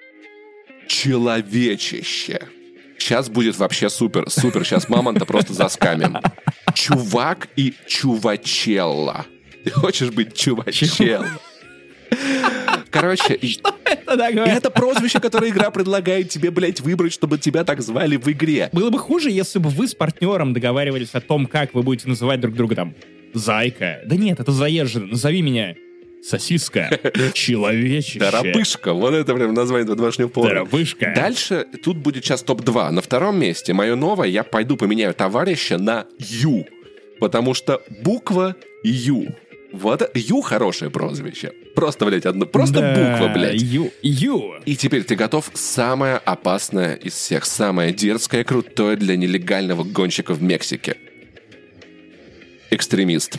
Человечище. Сейчас будет вообще супер. Супер. Сейчас мамонта просто заскамим. Чувак и чувачелла. Ты хочешь быть чувачелла? Короче, и- Это такое. это прозвище, которое игра предлагает тебе, блядь, выбрать, чтобы тебя так звали в игре. Было бы хуже, если бы вы с партнером договаривались о том, как вы будете называть друг друга там «Зайка». Да нет, это заезжено. Назови меня «Сосиска», «Человечище», Тарапышка. Вот это прям название твоего домашнего повара. «Тарапышка». Дальше тут будет сейчас топ два. На втором месте мое новое, я пойду поменяю товарища на Ю. Потому что буква Ю. Вот это- Ю хорошее прозвище. Просто, блядь, одно, просто Да, буква, блядь. Ю. Ю. И теперь ты готов? Самое опасное из всех, самое дерзкое, крутое для нелегального гонщика в Мексике. Экстремист.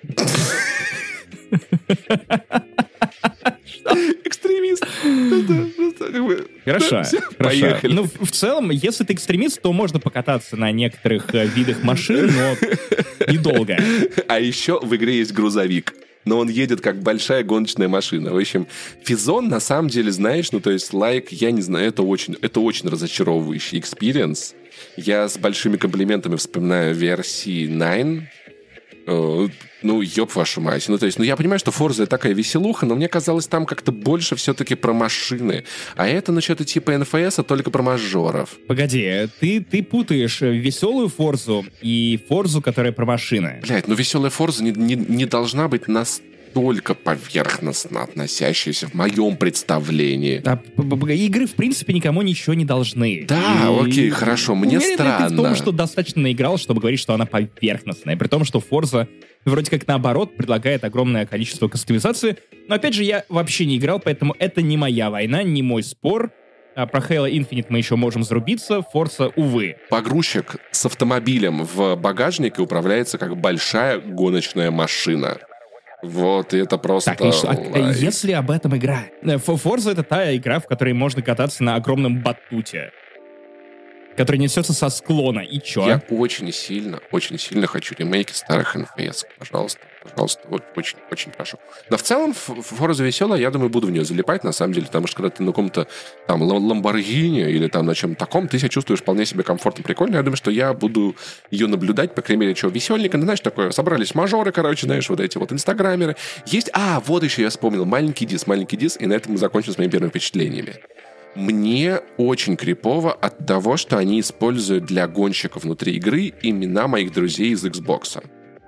Экстремист. Хорошо, Да, всё, хорошо. поехали. Ну, в в целом, если ты экстремист, то можно покататься на некоторых э, видах машин, но недолго. А еще в игре есть грузовик. Но он едет как большая гоночная машина. В общем, Физон, на самом деле, знаешь, ну, то есть, лайк, я не знаю, это очень, это очень разочаровывающий экспириенс. Я с большими комплиментами вспоминаю ви ар си девять. Э, Ну, ёб вашу мать. Ну, то есть, ну, я понимаю, что Forza такая веселуха, но мне казалось, там как-то больше все-таки про машины. А это, ну, что-то типа эн эф эс, а только про мажоров. Погоди, ты, ты путаешь э, веселую Форзу и Форзу, которая про машины. Блядь, ну веселая Forza не, не, не должна быть настолько поверхностно относящейся в моем представлении. А п- п- п- игры, в принципе, никому ничего не должны. Да, И- окей, хорошо, мне Уверен ли ты в странно. том, что достаточно наиграл, чтобы говорить, что она поверхностная, при том, что Forza вроде как наоборот предлагает огромное количество кастомизации. Но опять же, я вообще не играл, поэтому это не моя война, не мой спор. А про Halo Infinite мы еще можем зарубиться, Forza, увы. Погрузчик с автомобилем в багажнике управляется как большая гоночная машина. Вот, и это просто... Так, и что, а, если об этом игра? Forza — это та игра, в которой можно кататься на огромном батуте, который несется со склона, и чё? Я очень сильно, очень сильно хочу ремейки старых эн эф эс. Пожалуйста, пожалуйста, вот очень, очень прошу. Но в целом Forza веселая, я думаю, буду в нее залипать, на самом деле, потому что когда ты на каком-то там Ламборгини или там на чем-то таком, ты себя чувствуешь вполне себе комфортно, прикольно. Я думаю, что я буду ее наблюдать, по крайней мере, чего веселенько. Ну, знаешь, такое, собрались мажоры, короче, знаешь, вот эти вот инстаграмеры. Есть, а, вот еще я вспомнил, маленький дис, маленький дис, и на этом мы закончим с моими первыми впечатлениями. Мне очень крипово от того, что они используют для гонщиков внутри игры имена моих друзей из Xbox.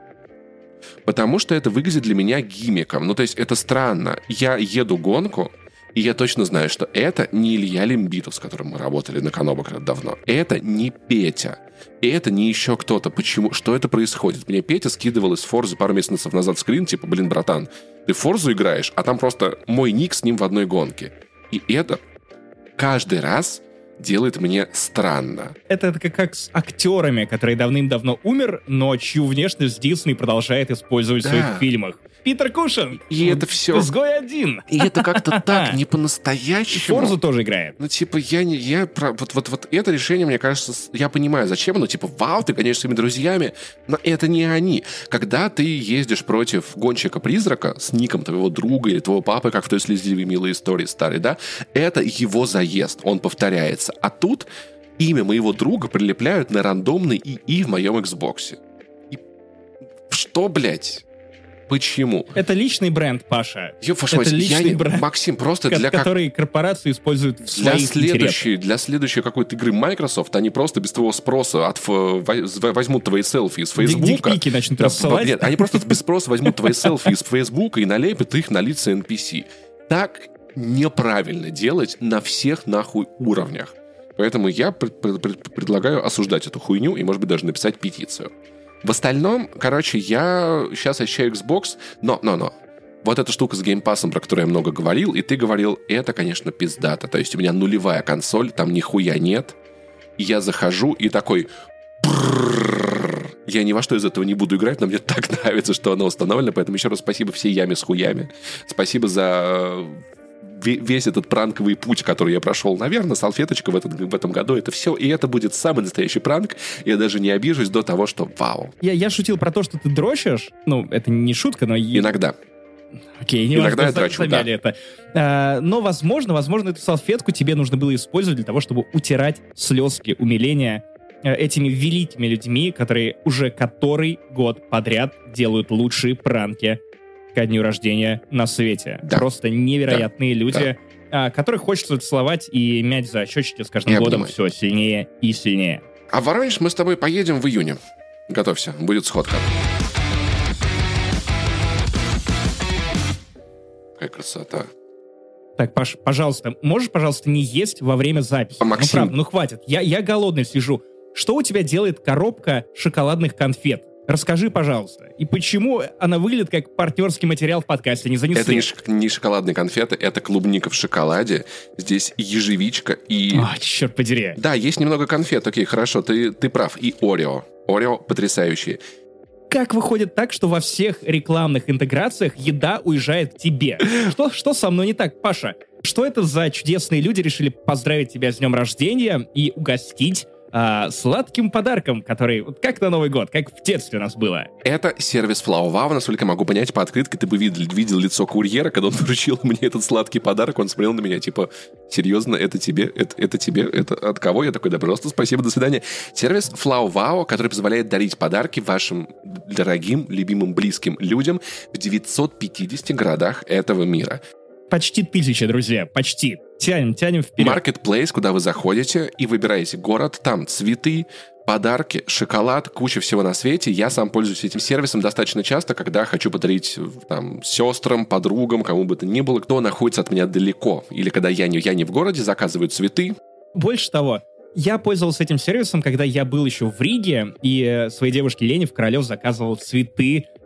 Потому что это выглядит для меня гиммиком. Ну, то есть это странно. Я еду гонку, и я точно знаю, что это не Илья Лимбитов, с которым мы работали на Канобу когда-то давно. Это не Петя. И это не еще кто-то. Почему? Что это происходит? Мне Петя скидывал из Форзы пару месяцев назад скрин, типа, блин, братан, ты в Форзу играешь, а там просто мой ник с ним в одной гонке. И это... каждый раз делает мне странно. Это как, как с актерами, которые давным-давно умер, но чью внешность Дисней продолжает использовать Да. в своих фильмах. Питер Кушин! И это все... Изгой один! И это как-то так, не по-настоящему. Форзу тоже играет. Ну, типа, я не... Я про... вот, вот, вот это решение, мне кажется, с- я понимаю, зачем оно. Типа, вау, ты гоняешь своими друзьями, но это не они. Когда ты ездишь против гонщика-призрака с ником твоего друга или твоего папы, как в той слезливой милой истории старой, да, это его заезд, он повторяется. А тут имя моего друга прилепляют на рандомный ИИ в моем Xbox. И что, блядь? Почему? Это личный бренд, Паша. Ё, вашу Это мать, я личный не- бренд, Максим, просто ко- для как... который корпорации используют в Для своих интересах. следующей, для следующей какой-то игры Microsoft они просто без твоего спроса от, ф- во- возьмут твои селфи из Дик- Фейсбука. Дикпики начнут Да, рассылать. Нет, они просто без спроса возьмут твои селфи из Фейсбука и налепят их на лица эн пи си. Так неправильно делать на всех нахуй уровнях. Поэтому я пред- пред- пред- предлагаю осуждать эту хуйню и, может быть, даже написать петицию. В остальном, короче, я сейчас ощущаю Xbox, но, но, но. Вот эта штука с геймпассом, про которую я много говорил, и ты говорил, это, конечно, пиздато. То есть у меня нулевая консоль, там нихуя нет. И я захожу и такой... «Брррррр». Я ни во что из этого не буду играть, но мне так нравится, что оно установлено. Поэтому еще раз спасибо всей яме с хуями. Спасибо за ве- весь этот пранковый путь, который я прошел. Наверное, салфеточка в, этот, в этом году — это все. И это будет самый настоящий пранк. Я даже не обижусь до того, что вау. Я, я шутил про то, что ты дрочишь. Ну, это не шутка, но... е- Иногда. Окей, не Иногда важно, я за- трачу, замяли это. А, но, возможно, возможно, эту салфетку тебе нужно было использовать для того, чтобы утирать слезки умиления э, этими великими людьми, которые уже который год подряд делают лучшие пранки ко дню рождения на свете. Да. Просто невероятные Да. люди, а, которых хочется целовать и мять за щечки с каждым Я годом понимаю. все сильнее и сильнее. А в Воронеж мы с тобой поедем в июне. Готовься, будет сходка. Какая красота. Так, Паш, пожалуйста, можешь, пожалуйста, не есть во время записи? А, Максим? Ну, правда, ну хватит. Я, я голодный сижу. Что у тебя делает коробка шоколадных конфет? Расскажи, пожалуйста. И почему она выглядит как партнерский материал в подкасте? Не занесли. Это не, шок- не шоколадные конфеты, это клубника в шоколаде. Здесь ежевичка и... А, черт подери. Да, есть немного конфет, окей, хорошо, ты, ты прав. И Орео. Орео потрясающие. Как выходит так, что во всех рекламных интеграциях еда уезжает к тебе? Что, что со мной не так, Паша? Что это за чудесные люди решили поздравить тебя с днем рождения и угостить а, сладким подарком, который вот как на Новый год, как в детстве у нас было? Это сервис FlowWow, насколько я могу понять, по открытке ты бы видел, видел лицо курьера, когда он вручил мне этот сладкий подарок, он смотрел на меня, типа, серьезно, это тебе, это, это тебе, это от кого? Я такой, да просто спасибо, до свидания. Сервис FlowWow, который позволяет дарить подарки вашим дорогим, любимым, близким людям в девятьсот пятидесяти городах этого мира. Почти тысяча, друзья, почти. Тянем, тянем вперед. Marketplace, куда вы заходите и выбираете город, там цветы, подарки, шоколад, куча всего на свете. Я сам пользуюсь этим сервисом достаточно часто, когда хочу подарить там сестрам, подругам, кому бы то ни было, кто находится от меня далеко. Или когда я не, я не в городе, заказываю цветы. Больше того, я пользовался этим сервисом, когда я был еще в Риге, и э, своей девушке Лене в Королев заказывал цветы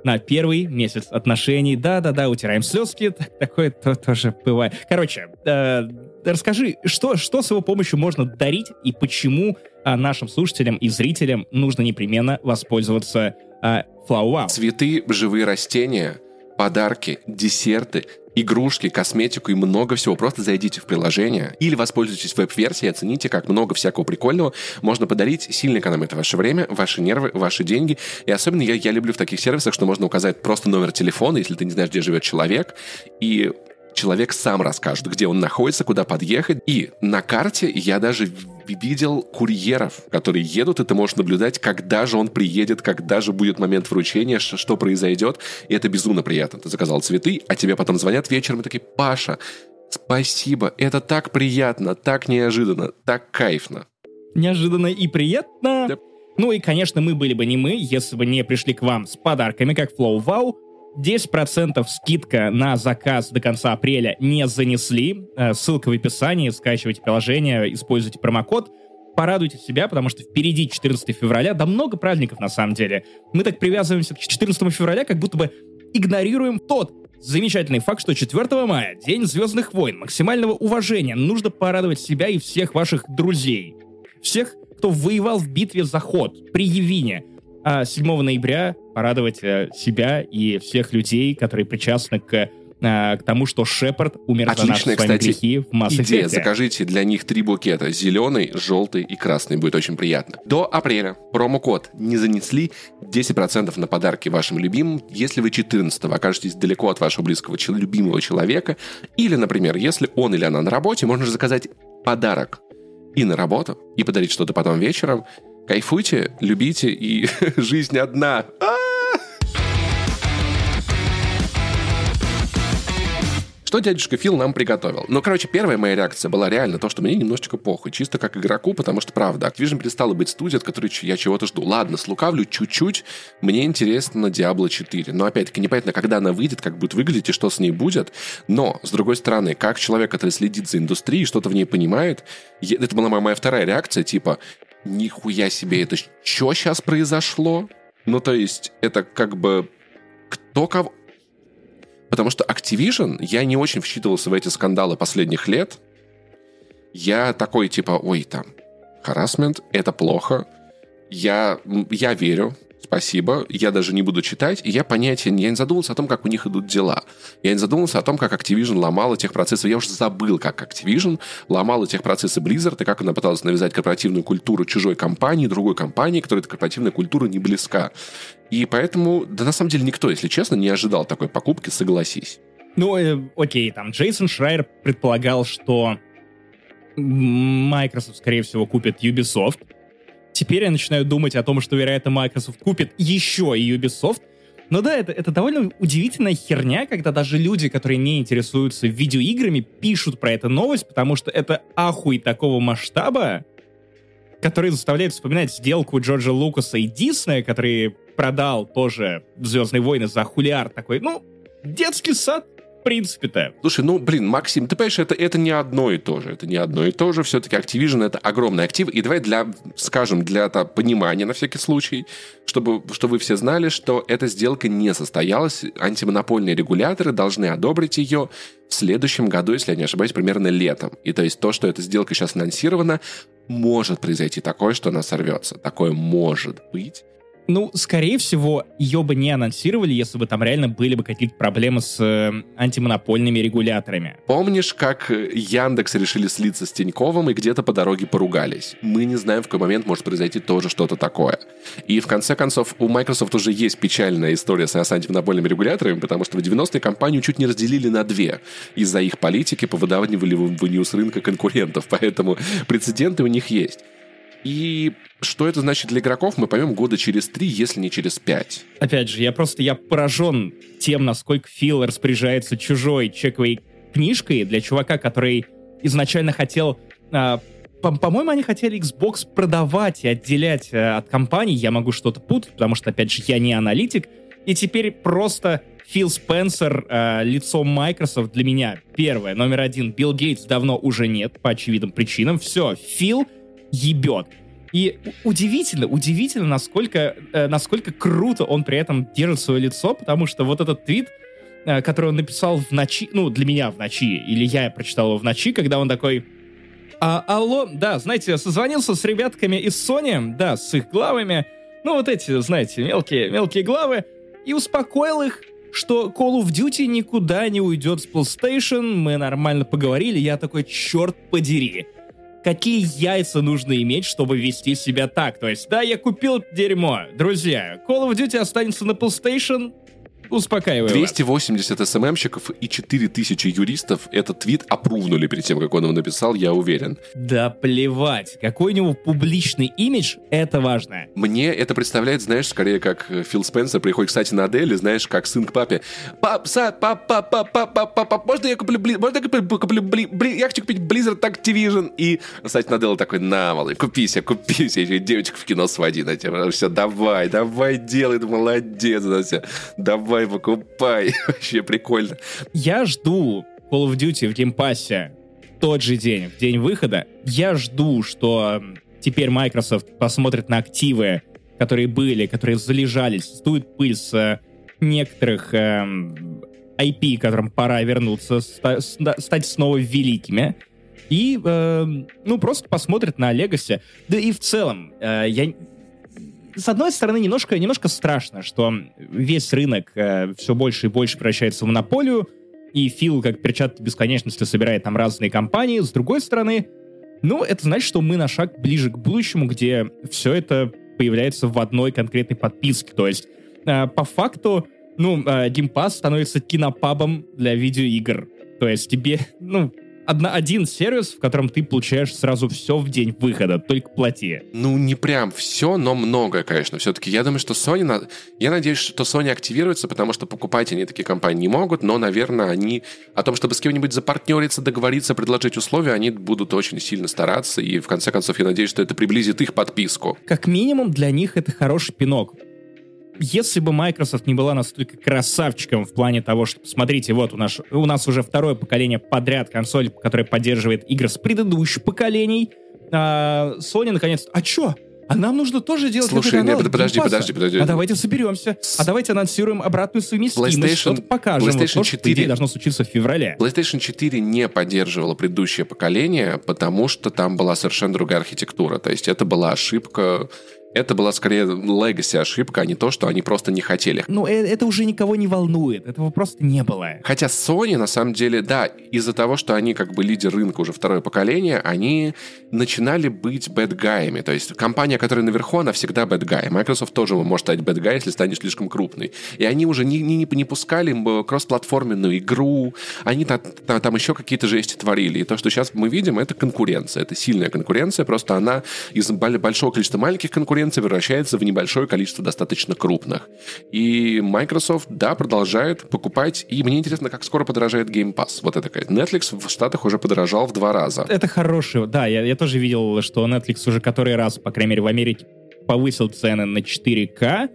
на первый месяц отношений. Да-да-да, утираем слезки, так, такое то, тоже бывает. Короче, э, расскажи, что, что с его помощью можно дарить и почему э, нашим слушателям и зрителям нужно непременно воспользоваться э, FlowWow? Цветы, живые растения, подарки, десерты, игрушки, косметику и много всего. Просто зайдите в приложение или воспользуйтесь веб-версией, оцените, как много всякого прикольного можно подарить. Сильно экономит ваше время, ваши нервы, ваши деньги. И особенно я, я люблю в таких сервисах, что можно указать просто номер телефона, если ты не знаешь, где живет человек, и человек сам расскажет, где он находится, куда подъехать. И на карте я даже видел курьеров, которые едут, и ты можешь наблюдать, когда же он приедет, когда же будет момент вручения, что произойдет. И это безумно приятно. Ты заказал цветы, а тебе потом звонят вечером и такие: Паша, спасибо, это так приятно, так неожиданно, так кайфно. Неожиданно и приятно. Yep. Ну и, конечно, мы были бы не мы, если бы не пришли к вам с подарками, как FlowWow. десять процентов скидка на заказ до конца апреля не занесли. Ссылка в описании. Скачивайте приложение, используйте промокод. Порадуйте себя, потому что впереди четырнадцатого февраля. Да много праздников, на самом деле. Мы так привязываемся к четырнадцатому февраля, как будто бы игнорируем тот замечательный факт, что четвёртого мая, День Звездных войн, максимального уважения. Нужно порадовать себя и всех ваших друзей. Всех, кто воевал в битве за ход при Явине. А седьмого ноября порадовать э, себя и всех людей, которые причастны к, э, к тому, что Шепард умер Отличная, за наши с вами кстати, грехи в Mass Effect. Идея. Закажите для них три букета. Зеленый, желтый и красный. Будет очень приятно. До апреля промокод не занесли. десять процентов на подарки вашим любимым. Если вы четырнадцатого окажетесь далеко от вашего близкого, любимого человека. Или, например, если он или она на работе, можно же заказать подарок и на работу, и подарить что-то потом вечером. Кайфуйте, любите, и жизнь одна. Что дядюшка Фил нам приготовил? Ну, короче, первая моя реакция была реально то, что мне немножечко похуй, чисто как игроку, потому что, правда, Activision перестала быть студией, от которой я чего-то жду. Ладно, слукавлю чуть-чуть, мне интересно Диабло четыре. Но, опять-таки, непонятно, когда она выйдет, как будет выглядеть и что с ней будет. Но, с другой стороны, как человек, который следит за индустрией, что-то в ней понимает, я, это была моя вторая реакция, типа, нихуя себе, это что сейчас произошло? Ну, то есть, это как бы кто кого... Потому что Activision, я не очень вчитывался в эти скандалы последних лет. Я такой, типа, ой, там, харассмент, это плохо. Я, я верю, спасибо, я даже не буду читать, и я понятия, я не задумывался о том, как у них идут дела. Я не задумывался о том, как Activision ломала техпроцессы. Я уже забыл, как Activision ломала техпроцессы Blizzard, и как она пыталась навязать корпоративную культуру чужой компании, другой компании, которой эта корпоративная культура не близка. И поэтому, да на самом деле никто, если честно, не ожидал такой покупки, согласись. Ну, э, окей, там Джейсон Шрайер предполагал, что Microsoft, скорее всего, купит Ubisoft. Теперь я начинаю думать о том, что, вероятно, Microsoft купит еще и Ubisoft. Но да, это, это довольно удивительная херня, когда даже люди, которые не интересуются видеоиграми, пишут про эту новость, потому что это ахуй такого масштаба, который заставляет вспоминать сделку Джорджа Лукаса и Диснея, который продал тоже «Звездные войны» за хулиард такой. Ну, детский сад, в принципе-то. Слушай, ну, блин, Максим, ты понимаешь, это, это не одно и то же. Это не одно и то же. Все-таки Activision — это огромный актив. И давай для, скажем, для там, понимания на всякий случай, чтобы, чтобы вы все знали, что эта сделка не состоялась. Антимонопольные регуляторы должны одобрить ее в следующем году, если я не ошибаюсь, примерно летом. И то есть то, что эта сделка сейчас анонсирована, может произойти такое, что она сорвется. Такое может быть. Ну, скорее всего, ее бы не анонсировали, если бы там реально были бы какие-то проблемы с э, антимонопольными регуляторами. Помнишь, как Яндекс решили слиться с Тиньковым и где-то по дороге поругались? Мы не знаем, в какой момент может произойти тоже что-то такое. И в конце концов, у Microsoft уже есть печальная история с антимонопольными регуляторами, потому что в девяностые компанию чуть не разделили на две из-за их политики по выдавливанию с рынка конкурентов. Поэтому прецеденты у них есть. И что это значит для игроков, мы поймем года через три, если не через пять. Опять же, я просто я поражен тем, насколько Фил распоряжается чужой чековой книжкой для чувака, который изначально хотел... А, по- по-моему, они хотели Xbox продавать и отделять а, от компаний. Я могу что-то путать, потому что, опять же, я не аналитик. И теперь просто Фил Спенсер, а, лицо Microsoft для меня первое, номер один. Билл Гейтс давно уже нет, по очевидным причинам. Все, Фил ебет. И удивительно, удивительно, насколько, э, насколько круто он при этом держит свое лицо, потому что вот этот твит, э, который он написал в ночи, ну, для меня в ночи, или я прочитал его в ночи, когда он такой... А, алло, да, знаете, созвонился с ребятками из Sony, да, с их главами, ну, вот эти, знаете, мелкие, мелкие главы, и успокоил их, что Call of Duty никуда не уйдет с PlayStation, мы нормально поговорили, я такой, черт подери, какие яйца нужно иметь, чтобы вести себя так, то есть, да, я купил дерьмо, друзья, Call of Duty останется на PlayStation, успокаиваю двести восемьдесят эс эм эм-щиков и четыре тысячи юристов этот твит опрувнули перед тем, как он его написал, я уверен. Да плевать, какой у него публичный имидж, это важно. Мне это представляет, знаешь, скорее как Фил Спенсер приходит, кстати, на Адель, знаешь, как сын к папе. Пап, сад, пап, пап, пап, пап, пап, пап, можно я куплю, бли... можно я куплю, куплю бли... Бли... я хочу купить Blizzard Activision. И, кстати, Наделла такой, на, малый, купи себе, купи себе, еще девочек в кино своди, на тебя. Все, давай, давай, делай, ты молодец, на все. Давай, покупай. Вообще прикольно. Я жду Call of Duty в геймпассе в тот же день, в день выхода. Я жду, что теперь Microsoft посмотрит на активы, которые были, которые залежались, сдует пыль с некоторых эм, ай пи, которым пора вернуться, ста- стать снова великими. И, э, ну, просто посмотрит на Legacy. Да и в целом, э, я... С одной стороны, немножко, немножко страшно, что весь рынок э, все больше и больше превращается в монополию, и Фил, как перчатки бесконечности, собирает там разные компании. С другой стороны, ну, это значит, что мы на шаг ближе к будущему, где все это появляется в одной конкретной подписке. То есть, э, по факту, ну, э, Game Pass становится кинопабом для видеоигр. То есть тебе, ну... Одна, один сервис, в котором ты получаешь сразу все в день выхода, только плати. Ну, не прям все, но многое, конечно. Все-таки я думаю, что Sony... На... Я надеюсь, что Sony активируется, потому что покупать они такие компании не могут, но, наверное, они о том, чтобы с кем-нибудь запартнериться, договориться, предложить условия, они будут очень сильно стараться, и, в конце концов, я надеюсь, что это приблизит их подписку. Как минимум, для них это хороший пинок. Если бы Microsoft не была настолько красавчиком в плане того, что, смотрите, вот у нас, у нас уже второе поколение подряд консоль, которая поддерживает игры с предыдущих поколений, а Sony наконец... А чё? А нам нужно тоже делать... Слушай, нет, подожди, подожди, подожди. А давайте соберемся. А давайте анонсируем обратную совместимость. Что-то покажем. PlayStation вот то, четыре, что, по идее, должно случиться в феврале. PlayStation четыре не поддерживала предыдущее поколение, потому что там была совершенно другая архитектура. То есть это была ошибка... Это была скорее legacy ошибка, а не то, что они просто не хотели. Ну, это уже никого не волнует. Этого просто не было. Хотя Sony, на самом деле, да, из-за того, что они как бы лидер рынка уже второе поколение, они начинали быть бэдгаями. То есть компания, которая наверху, она всегда бэдгай. Microsoft тоже может стать бэдгай, если станет слишком крупной. И они уже не, не, не пускали кроссплатформенную игру, они там, там еще какие-то жести творили. И то, что сейчас мы видим, это конкуренция. Это сильная конкуренция, просто она из большого количества маленьких конкуренций превращается в небольшое количество достаточно крупных. И Microsoft, да, продолжает покупать. И мне интересно, как скоро подорожает Game Pass. Вот это какая-то. Netflix в Штатах уже подорожал в два раза. Это хороший. Да, я, я тоже видел, что Netflix уже который раз, по крайней мере, в Америке повысил цены на четыре ка.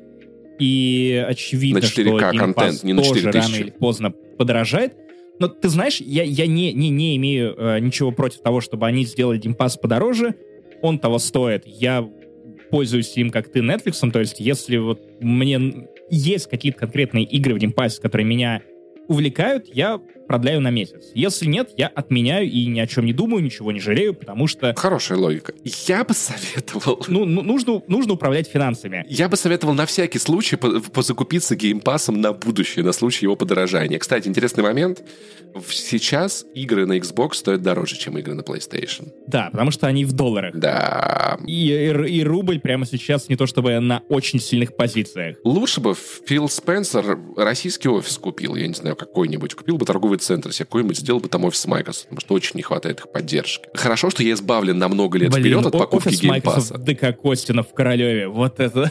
И очевидно, на четыре ка что Game контент, Pass не на тоже четыре тысячи. рано или поздно подорожает. Но ты знаешь, я, я не, не, не имею э, ничего против того, чтобы они сделали Game Pass подороже. Он того стоит. Я пользуюсь им, как ты, Netflix, то есть если вот мне есть какие-то конкретные игры в Game Pass, которые меня увлекают, я продляю на месяц. Если нет, я отменяю и ни о чем не думаю, ничего не жалею, потому что... Хорошая логика. Я бы советовал... Ну, ну нужно, нужно управлять финансами. Я бы советовал на всякий случай позакупиться геймпассом на будущее, на случай его подорожания. Кстати, интересный момент. Сейчас игры на Xbox стоят дороже, чем игры на PlayStation. Да, потому что они в долларах. Да. И, и, и рубль прямо сейчас не то чтобы на очень сильных позициях. Лучше бы Фил Спенсер российский офис купил, я не знаю, какой-нибудь. Купил бы торговый центр себе какой-нибудь, сделал бы там офис Microsoft, потому что очень не хватает их поддержки. Хорошо, что я избавлен на много лет Блин, вперед от покупки офис геймпасса. Microsoft ДК Костина в Королеве. Вот это...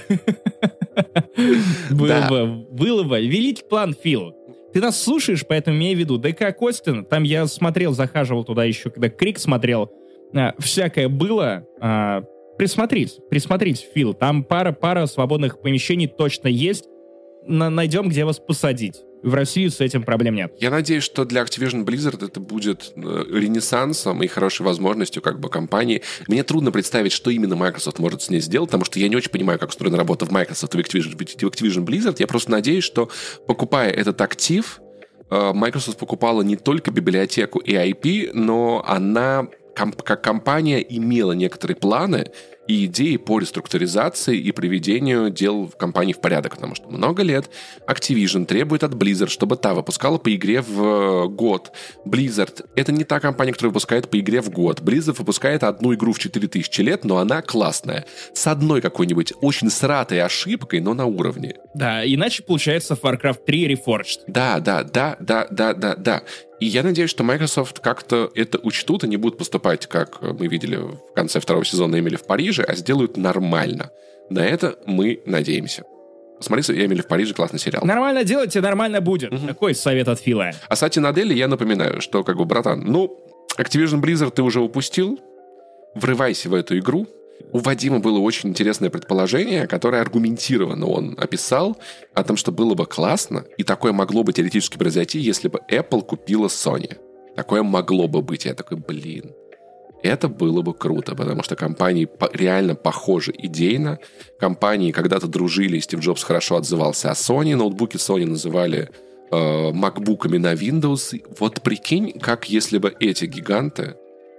Было бы, было бы. Великий план, Фил. Ты нас слушаешь, поэтому имей в виду. ДК Костин, там я смотрел, захаживал туда еще, когда Крик смотрел. А, всякое было. А, присмотрись, присмотрись, Фил. Там пара-пара свободных помещений точно есть. На, найдем, где вас посадить. В России с этим проблем нет. Я надеюсь, что для Activision Blizzard это будет ренессансом и хорошей возможностью как бы компании. Мне трудно представить, что именно Microsoft может с ней сделать, потому что я не очень понимаю, как устроена работа в Microsoft и в Activision, в Activision Blizzard. Я просто надеюсь, что, покупая этот актив, Microsoft покупала не только библиотеку и ай пи, но она как компания имела некоторые планы и идеи по реструктуризации и приведению дел в компании в порядок, потому что много лет Activision требует от Blizzard, чтобы та выпускала по игре в год. Blizzard — это не та компания, которая выпускает по игре в год. Blizzard выпускает одну игру в четыре тысячи лет, но она классная. С одной какой-нибудь очень сратой ошибкой, но на уровне. Да, иначе получается Warcraft три Reforged. Да, да, да, да, да, да, да. И я надеюсь, что Microsoft как-то это учтут и не будут поступать, как мы видели в конце второго сезона Эмили в Париже, а сделают нормально. На это мы надеемся. Посмотри, Эмили в Париже — классный сериал. Нормально делайте, нормально будет. Угу. Такой совет от Фила. А Сати Наделли я напоминаю, что, как бы, братан, ну, Activision Blizzard ты уже упустил, врывайся в эту игру. У Вадима было очень интересное предположение, которое аргументированно он описал, о том, что было бы классно, и такое могло бы теоретически произойти, если бы Apple купила Sony. Такое могло бы быть. Я такой, блин, это было бы круто, потому что компании реально похожи идейно. Компании когда-то дружили, и Стив Джобс хорошо отзывался о Sony. Ноутбуки Sony называли э, макбуками на Windows. Вот прикинь, как если бы эти гиганты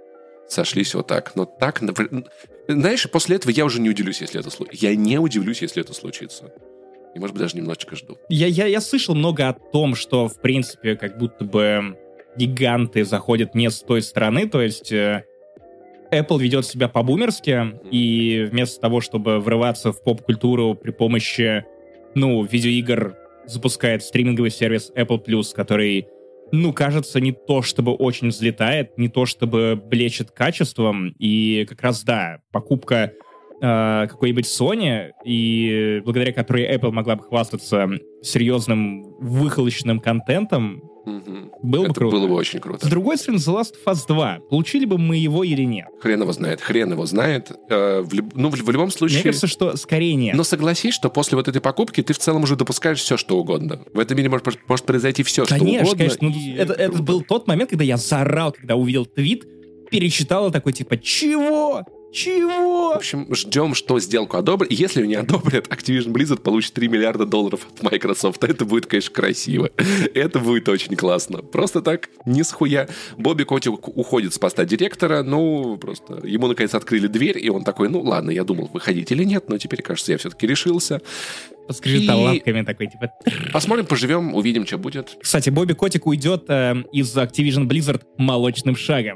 сошлись вот так. Но так... Знаешь, после этого я уже не удивлюсь, если это случится. Я не удивлюсь, если это случится. И, может быть, даже немножечко жду. Я, я, я слышал много о том, что, в принципе, как будто бы гиганты заходят не с той стороны, то есть э, Apple ведет себя по-бумерски, mm-hmm. и вместо того, чтобы врываться в поп-культуру при помощи, ну, видеоигр, запускает стриминговый сервис Apple Plus, который... ну, кажется, не то чтобы очень взлетает, не то чтобы блещет качеством, и как раз, да, покупка э, какой-нибудь Sony, и благодаря которой Apple могла бы хвастаться серьезным выхолощенным контентом, угу. было бы Это круто. было бы очень круто. С другой стороны, The Last of Us два, получили бы мы его или нет? Хрен его знает, хрен его знает. Э, в люб... Ну, в, в любом случае... Мне кажется, что скорее нет. Но согласись, что после вот этой покупки ты в целом уже допускаешь все, что угодно. В этом мире может, может произойти все, конечно, что угодно. Конечно, конечно. Это, это был тот момент, когда я заорал, когда увидел твит, перечитал и такой, типа, чего? Чего? В общем, ждем, что сделку одобрят. Если не одобрят, Activision Blizzard получит три миллиарда долларов от Microsoft. Это будет, конечно, красиво. Это будет очень классно. Просто так, не схуя. Бобби Котик уходит с поста директора. Ну, просто ему, наконец, открыли дверь, и он такой, ну, ладно, я думал, выходить или нет, но теперь, кажется, я все-таки решился. Поскрежетал и... лапками такой, типа... Посмотрим, поживем, увидим, что будет. Кстати, Бобби Котик уйдет э, из Activision Blizzard молочным шагом.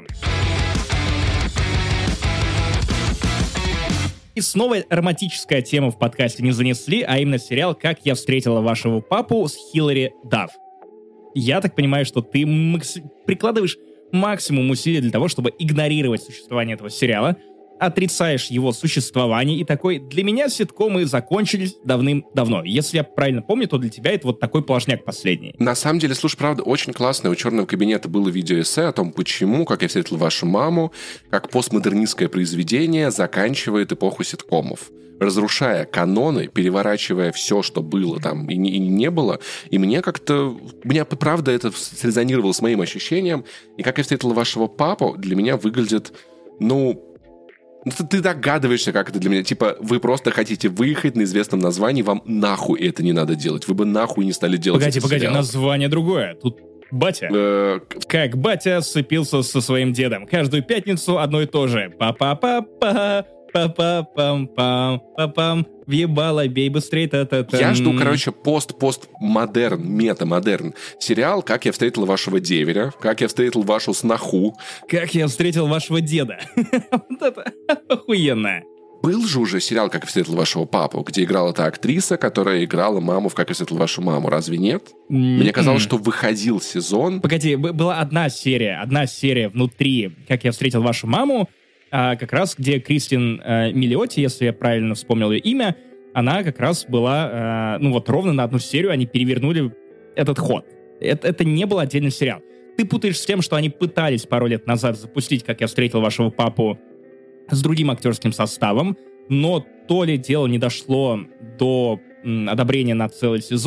И снова романтическая тема в подкасте не занесли, а именно сериал «Как я встретила вашего папу» с Хилари Дафф. Я так понимаю, что ты макс... прикладываешь максимум усилий для того, чтобы игнорировать существование этого сериала, отрицаешь его существование и такой, для меня ситкомы закончились давным-давно. Если я правильно помню, то для тебя это вот такой положняк последний. На самом деле, слушай, правда, очень классно. У «Черного кабинета» было видеоэссе о том, почему «Как я встретил вашу маму», как постмодернистское произведение заканчивает эпоху ситкомов, разрушая каноны, переворачивая все, что было там и не, и не было. И мне как-то... Меня, правда, это срезонировало с моим ощущением. И «Как я встретил вашего папу» для меня выглядит, ну... Ты, ты догадываешься, как это для меня. Типа, вы просто хотите выехать на известном названии, вам нахуй это не надо делать. Вы бы нахуй не стали делать Погоди, погоди, сериал. Название другое. Тут батя. Э, Как батя сцепился со своим дедом. Каждую пятницу одно и то же. Па-па-па-па, па-па-пам-пам, па-пам. Въебало, бей быстрее, та-та-та. Я жду, короче, пост-пост-модерн, мета-модерн. Сериал «Как я встретил вашего деверя», «Как я встретил вашу сноху». Как я встретил вашего деда. Вот это охуенно. Был же уже сериал «Как я встретил вашего папу», где играла та актриса, которая играла маму в «Как я встретил вашу маму». Разве нет? Mm-hmm. Мне казалось, что выходил сезон. Погоди, была одна серия, одна серия внутри «Как я встретил вашу маму», а, как раз где Кристин а, Миллиотти, если я правильно вспомнил ее имя, она как раз была, а, ну вот ровно на одну серию они перевернули этот ход. Это, это не был отдельный сериал. Ты путаешь с тем, что они пытались пару лет назад запустить «Как я встретил вашего папу» с другим актерским составом, но то ли дело не дошло до м, одобрения на целый сезон,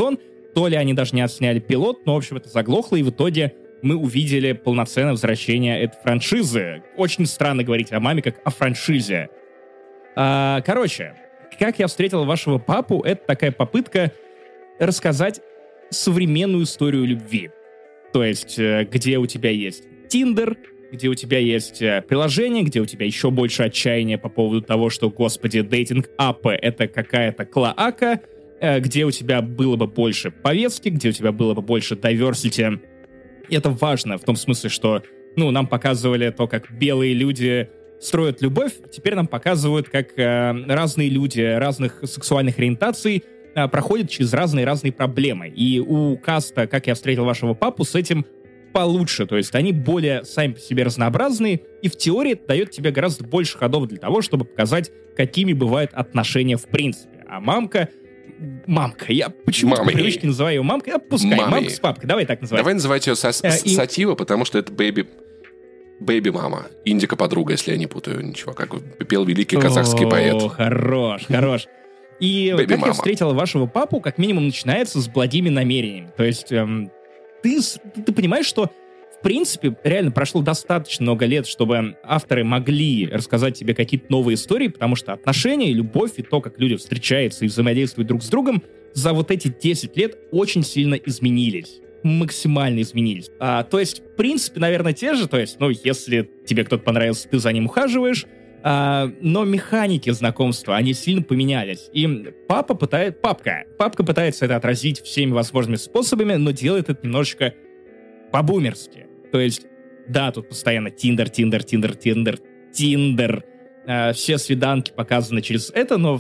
то ли они даже не отсняли пилот, но, в общем, это заглохло, и в итоге мы увидели полноценное возвращение этой франшизы. Очень странно говорить о маме как о франшизе. А, короче, «Как я встретил вашего папу» — это такая попытка рассказать современную историю любви. То есть, где у тебя есть Tinder, где у тебя есть приложение, где у тебя еще больше отчаяния по поводу того, что, господи, дейтинг-аппы — это какая-то клоака, где у тебя было бы больше повестки, где у тебя было бы больше diversity. И это важно в том смысле, что, ну, нам показывали то, как белые люди строят любовь, теперь нам показывают, как э, разные люди разных сексуальных ориентаций э, проходят через разные-разные проблемы. И у каста «Как я встретил вашего папу» с этим получше, то есть они более сами по себе разнообразные, и в теории это дает тебе гораздо больше ходов для того, чтобы показать, какими бывают отношения в принципе. А мамка... Мамка, я почему-то по привычке называю ее мамкой, а пускай, Мами. мамка с папкой, давай так называть. Давай называть ее сос- Э, и- Сатива, потому что это бэйби... Бэйби-мама. Индика-подруга, если я не путаю ничего, как пел великий казахский О, поэт. хорош, хорош. И Baby «Как я mama». встретил вашего папу» как минимум начинается с благими намерениями. То есть эм, ты, с- ты, ты понимаешь, что в принципе реально прошло достаточно много лет, чтобы авторы могли рассказать тебе какие-то новые истории, потому что отношения, любовь и то, как люди встречаются и взаимодействуют друг с другом, за вот эти десять лет очень сильно изменились. Максимально изменились. А, то есть, в принципе, наверное, те же. То есть, ну, если тебе кто-то понравился, ты за ним ухаживаешь. А, но механики знакомства, они сильно поменялись. И папа пытает... Папка. Папка пытается это отразить всеми возможными способами, но делает это немножечко по-бумерски. То есть, да, тут постоянно Тиндер, Тиндер, Тиндер, Тиндер, Тиндер. А, все свиданки показаны через это, но...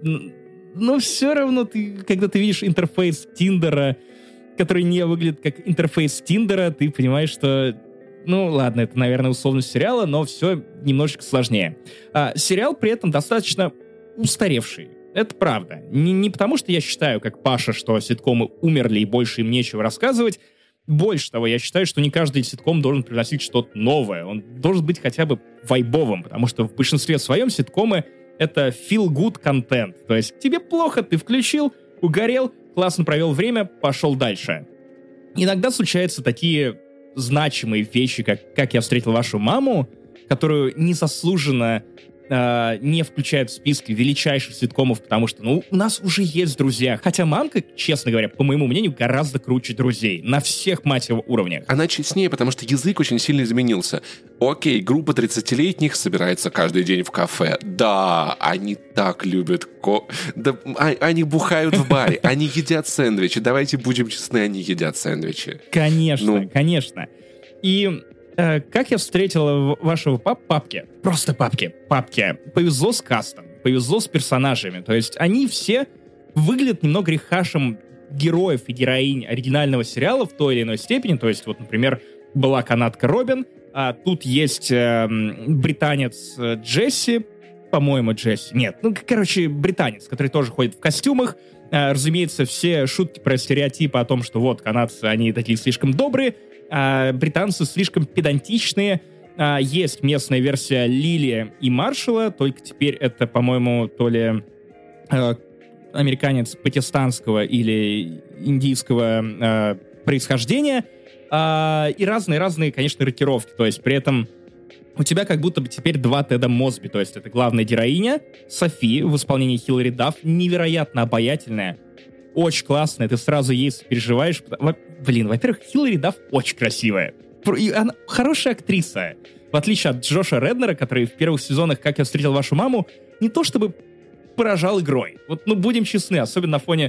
Но все равно, ты, когда ты видишь интерфейс Тиндера, который не выглядит как интерфейс Тиндера, ты понимаешь, что, ну ладно, это, наверное, условность сериала, но все немножечко сложнее. А, сериал при этом достаточно устаревший. Это правда. Не, не потому, что я считаю, как Паша, что ситкомы умерли и больше им нечего рассказывать. Больше того, я считаю, что не каждый ситком должен приносить что-то новое. Он должен быть хотя бы вайбовым, потому что в большинстве своем ситкомы — это feel-good контент. То есть тебе плохо, ты включил, угорел, классно провел время, пошел дальше. Иногда случаются такие значимые вещи, как «Как я встретил вашу маму», которую незаслуженно э, не включают в списки величайших ситкомов, потому что, ну, у нас уже есть друзья. Хотя «Мамка», честно говоря, по моему мнению, гораздо круче «Друзей». На всех, мать его, уровнях. Она честнее, потому что язык очень сильно изменился. Окей, группа тридцатилетних собирается каждый день в кафе. Да, они так любят ко... Да, а- они бухают в баре, они едят сэндвичи. Давайте будем честны, они едят сэндвичи. Конечно, Ну. конечно. И э, «Как я встретил вашего пап папки», просто папки, папки, повезло с кастом, повезло с персонажами. То есть они все выглядят немного рехашем героев и героинь оригинального сериала в той или иной степени. То есть вот, например, была канадка Робин, а тут есть э, британец э, Джесси, по-моему, Джесси. Нет, ну, короче, британец, который тоже ходит в костюмах. Э, разумеется, все шутки про стереотипы о том, что вот, канадцы, они такие слишком добрые, а британцы слишком педантичные. А, есть местная версия Лили и Маршалла, только теперь это, по-моему, то ли э, американец пакистанского или индийского э, происхождения. А, и разные-разные, конечно, рокировки. То есть при этом у тебя как будто бы теперь два Теда Мосби. То есть это главная героиня Софи в исполнении Хилари Дафф, невероятно обаятельная, очень классная, ты сразу ей переживаешь. Во- Блин, во-первых, Хилари Дафф очень красивая. Про- и она хорошая актриса. В отличие от Джоша Реднера, который в первых сезонах «Как я встретил вашу маму» не то чтобы поражал игрой. Вот, ну, будем честны, особенно на фоне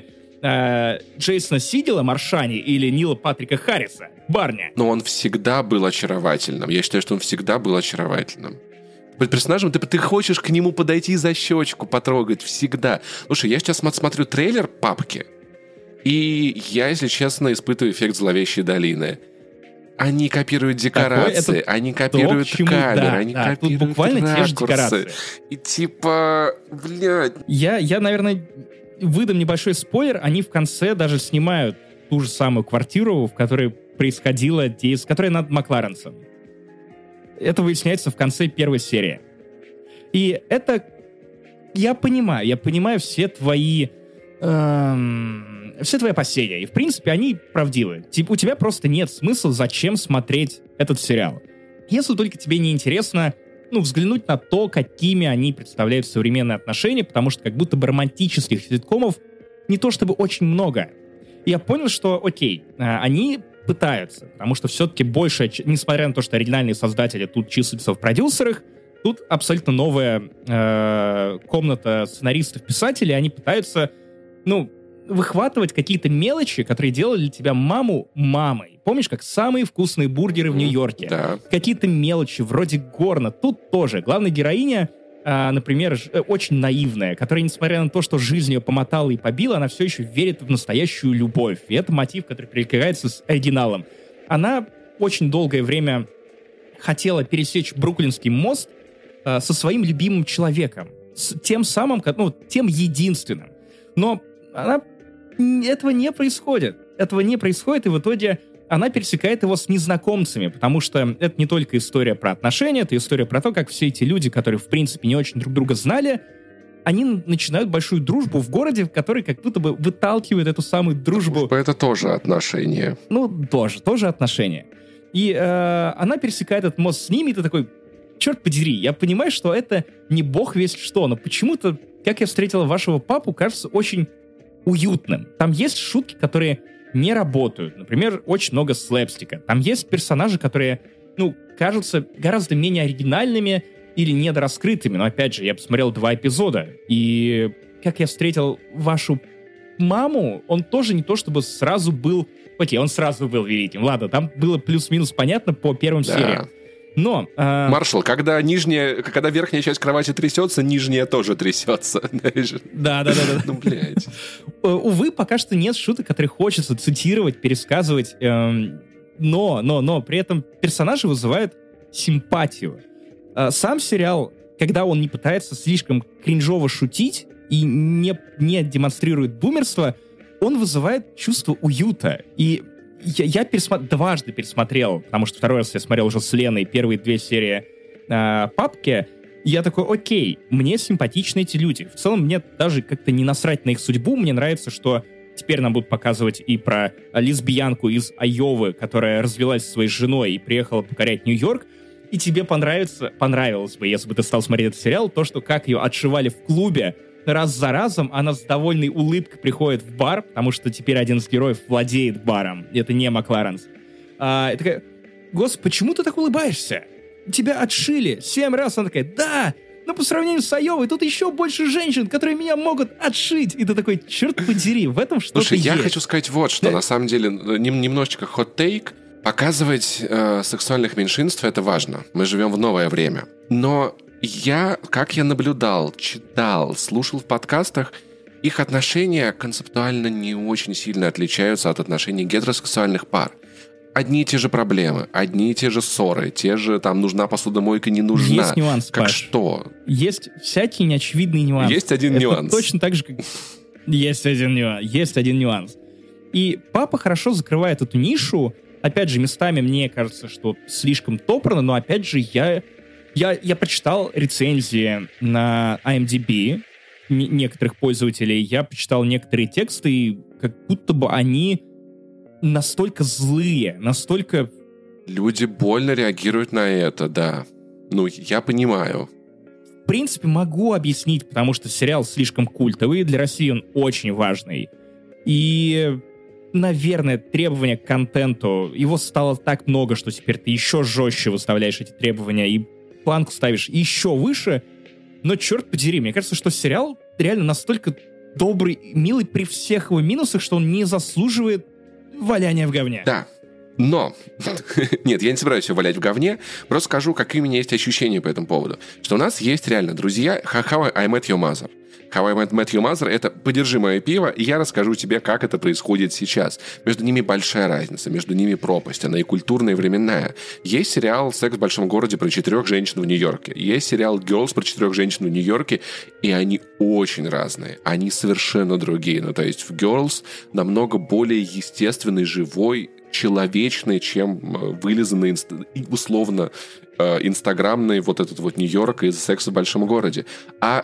э, Джейсона Сигела, Маршани, или Нила Патрика Харриса, Барня. Но он всегда был очаровательным. Я считаю, что он всегда был очаровательным. Быть персонажем, ты, ты хочешь к нему подойти за щечку, потрогать всегда. Слушай, я сейчас смотрю трейлер «Папки», и я, если честно, испытываю эффект «Зловещей долины». Они копируют декорации, это они копируют то, чему, камеры, да, они да, тут копируют буквально те же ракурсы. декорации. И типа, блядь... Я, я, наверное, выдам небольшой спойлер. Они в конце даже снимают ту же самую квартиру, в которой происходило действие, которая над Макларенсом. Это выясняется в конце первой серии. И это... Я понимаю, я понимаю все твои... эм, все твои опасения. И, в принципе, они правдивы. Типа, у тебя просто нет смысла, зачем смотреть этот сериал. Если только тебе не интересно, ну, взглянуть на то, какими они представляют современные отношения, потому что как будто бы романтических ситкомов не то чтобы очень много. И я понял, что, окей, они пытаются, потому что все-таки больше, несмотря на то, что оригинальные создатели тут числятся в продюсерах, тут абсолютно новая э, комната сценаристов-писателей, они пытаются, ну, выхватывать какие-то мелочи, которые делали для тебя маму мамой. Помнишь, как самые вкусные бургеры в Нью-Йорке? Да. Какие-то мелочи, вроде Горна. Тут тоже. Главная героиня, э, например, ж, э, очень наивная, которая, несмотря на то, что жизнь ее помотала и побила, она все еще верит в настоящую любовь. И это мотив, который перекликается с оригиналом. Она очень долгое время хотела пересечь Бруклинский мост э, со своим любимым человеком. С тем самым, ну, тем единственным. Но она... этого не происходит. Этого не происходит, и в итоге она пересекает его с незнакомцами, потому что это не только история про отношения, это история про то, как все эти люди, которые, в принципе, не очень друг друга знали, они начинают большую дружбу в городе, который как будто бы выталкивает эту самую дружбу. Это тоже отношения. Ну, тоже, тоже отношения. И э, она пересекает этот мост с ними, и ты такой, черт подери, я понимаю, что это не бог весть что, но почему-то, как я встретила вашего папу, кажется очень уютным. Там есть шутки, которые не работают. Например, очень много слэпстика. Там есть персонажи, которые, ну, кажутся гораздо менее оригинальными или недораскрытыми. Но, опять же, я посмотрел два эпизода, и как я встретил вашу маму, он тоже не то чтобы сразу был... Окей, он сразу был великим. Ладно, там было плюс-минус понятно по первым да. сериям. Но... Э... Маршал, когда нижняя, когда верхняя часть кровати трясется, нижняя тоже трясется. Да-да-да. Ну, блядь. Увы, пока что нет шуток, которые хочется цитировать, пересказывать. Эм... Но, но, но, при этом персонажи вызывают симпатию. Э, сам сериал, когда он не пытается слишком кринжово шутить и не, не демонстрирует бумерство, он вызывает чувство уюта. И Я, я пересмотр... дважды пересмотрел, потому что второй раз я смотрел уже с Леной первые две серии э, «Папки», и я такой, окей, мне симпатичны эти люди. В целом, мне даже как-то не насрать на их судьбу. Мне нравится, что теперь нам будут показывать и про лесбиянку из Айовы, которая развелась со своей женой и приехала покорять Нью-Йорк. И тебе понравится, понравилось бы, если бы ты стал смотреть этот сериал, то, что как ее отшивали в клубе, раз за разом она с довольной улыбкой приходит в бар, потому что теперь один из героев владеет баром. Это не Макларенс. А, и такая, господи, почему ты так улыбаешься? Тебя отшили семь раз. Она такая, да, но по сравнению с Айовой тут еще больше женщин, которые меня могут отшить. И ты такой, черт подери, в этом что-то Слушай, есть. я хочу сказать вот что, на самом деле, немножечко хот-тейк. Показывать э, сексуальных меньшинств — это важно. Мы живем в новое время. Но я, как я наблюдал, читал, слушал в подкастах, их отношения концептуально не очень сильно отличаются от отношений гетеросексуальных пар. Одни и те же проблемы, одни и те же ссоры, те же, там, нужна посудомойка, не нужна. Есть нюанс, как Паш. Что? Есть всякие неочевидные нюансы. Есть один Это нюанс. Точно так же, как... Есть один нюанс. Есть один нюанс. И папа хорошо закрывает эту нишу. Опять же, местами мне кажется, что слишком топорно, но, опять же, я, я, я прочитал рецензии на ай эм ди би н- некоторых пользователей, я почитал некоторые тексты, и как будто бы они настолько злые, настолько... Люди больно реагируют на это, да. Ну, я понимаю. В принципе, могу объяснить, потому что сериал слишком культовый, для России он очень важный. И... наверное, требования к контенту, его стало так много, что теперь ты еще жестче выставляешь эти требования и планку ставишь еще выше, но черт подери, мне кажется, что сериал реально настолько добрый, милый при всех его минусах, что он не заслуживает валяния в говне. Да, но... Нет, я не собираюсь его валять в говне, просто скажу, какие у меня есть ощущения по этому поводу. Что у нас есть реально друзья How I Met Your Mother. How I Met Your Mother — это «подержи мое пиво, и я расскажу тебе, как это происходит сейчас». Между ними большая разница, между ними пропасть, она и культурная, и временная. Есть сериал «Секс в большом городе» про четырех женщин в Нью-Йорке. Есть сериал «Girls» про четырех женщин в Нью-Йорке, и они очень разные. Они совершенно другие. Ну, то есть в «Girls» намного более естественный, живой, человечный, чем вылизанный условно инстаграмный вот этот вот Нью-Йорк из «Секса в большом городе». А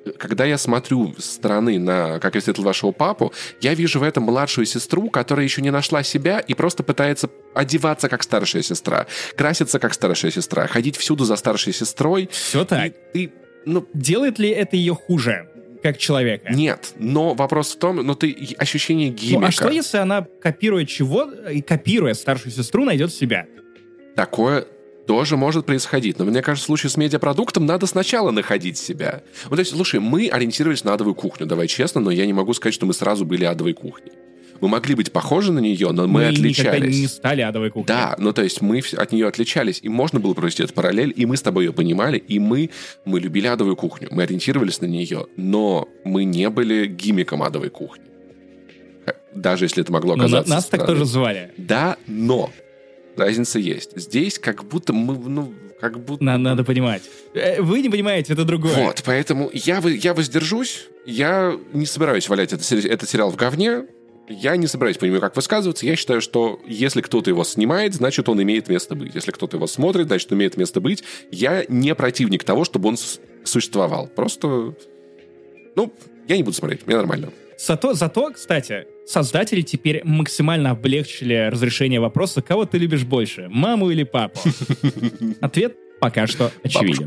когда я смотрю со стороны на «Как я встретил вашего папу», я вижу в этом младшую сестру, которая еще не нашла себя и просто пытается одеваться как старшая сестра, краситься как старшая сестра, ходить всюду за старшей сестрой. Все так. И, и, ну, делает ли это ее хуже, как человека? Нет, но вопрос в том, ну ты ощущение гиммика. Ну, а что, если она, копируя чего, и копируя старшую сестру, найдет себя? Такое тоже может происходить. Но мне кажется, в случае с медиапродуктом надо сначала находить себя. Вот, то есть, слушай, мы ориентировались на адовую кухню, давай честно, но я не могу сказать, что мы сразу были адовой кухней. Мы могли быть похожи на нее, но мы, мы отличались. Мы не стали адовой кухней. Да, ну то есть мы от нее отличались, и можно было провести эту параллель, и мы с тобой ее понимали, и мы, мы любили адовую кухню, мы ориентировались на нее, но мы не были гиммиком адовой кухни. Даже если это могло оказаться... Но нас так тоже звали. Да, но разница есть. Здесь как будто мы, ну, как будто... Надо, надо понимать. Вы не понимаете, это другое. Вот, поэтому я, я воздержусь, я не собираюсь валять этот, этот сериал в говне, я не собираюсь по нему как высказываться. Я считаю, что если кто-то его снимает, значит, он имеет место быть. Если кто-то его смотрит, значит, он имеет место быть. Я не противник того, чтобы он существовал. Просто, ну, я не буду смотреть, мне нормально. Зато, зато, кстати, создатели теперь максимально облегчили разрешение вопроса, кого ты любишь больше, маму или папу? Ответ пока что очевиден.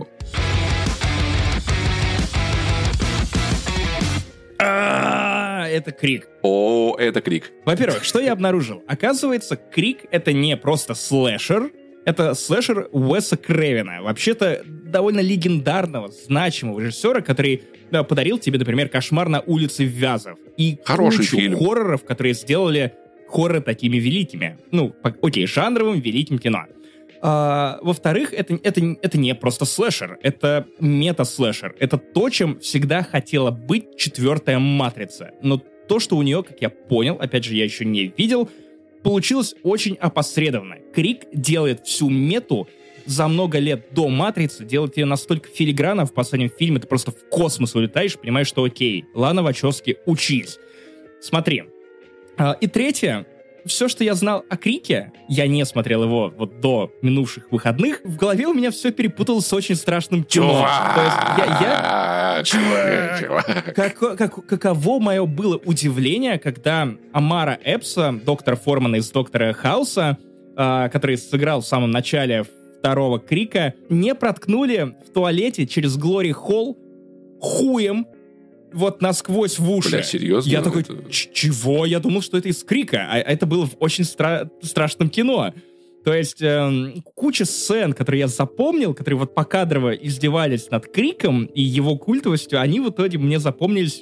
Это Крик. О, это Крик. Во-первых, что я обнаружил? Оказывается, Крик — это не просто слэшер, это слэшер Уэса Крейвена. Вообще-то довольно легендарного, значимого режиссера, который да, подарил тебе, например, «Кошмар на улице Вязов». И хороший кучу фильм. хорроров, которые сделали хорроры такими великими. Ну, окей, жанровым великим кино. А, во-вторых, это, это, это не просто слэшер, это мета-слэшер. Это то, чем всегда хотела быть четвертая «Матрица». Но то, что у нее, как я понял, опять же, я еще не видел, получилось очень опосредованно. Крик делает всю мету за много лет до «Матрицы», делает ее настолько филигранно в последнем фильме, ты просто в космос улетаешь, понимаешь, что окей, Лана Вачовски, учись. Смотри. А, и третье. Все, что я знал о Крике, я не смотрел его вот до минувших выходных, в голове у меня все перепуталось с очень страшным кино. Чувак! То есть я... я... Чувак! Чувак! Как, как, каково мое было удивление, когда Амара Эпса, доктор Формана из «Доктора Хауса», э, который сыграл в самом начале второго Крика, не проткнули в туалете через Глори Холл хуем вот насквозь в уши. Бля, серьезно? Я такой, это... чего? Я думал, что это из Крика, а это было в очень стра- страшном кино. То есть э, куча сцен, которые я запомнил, которые вот покадрово издевались над Криком и его культовостью, они в итоге мне запомнились...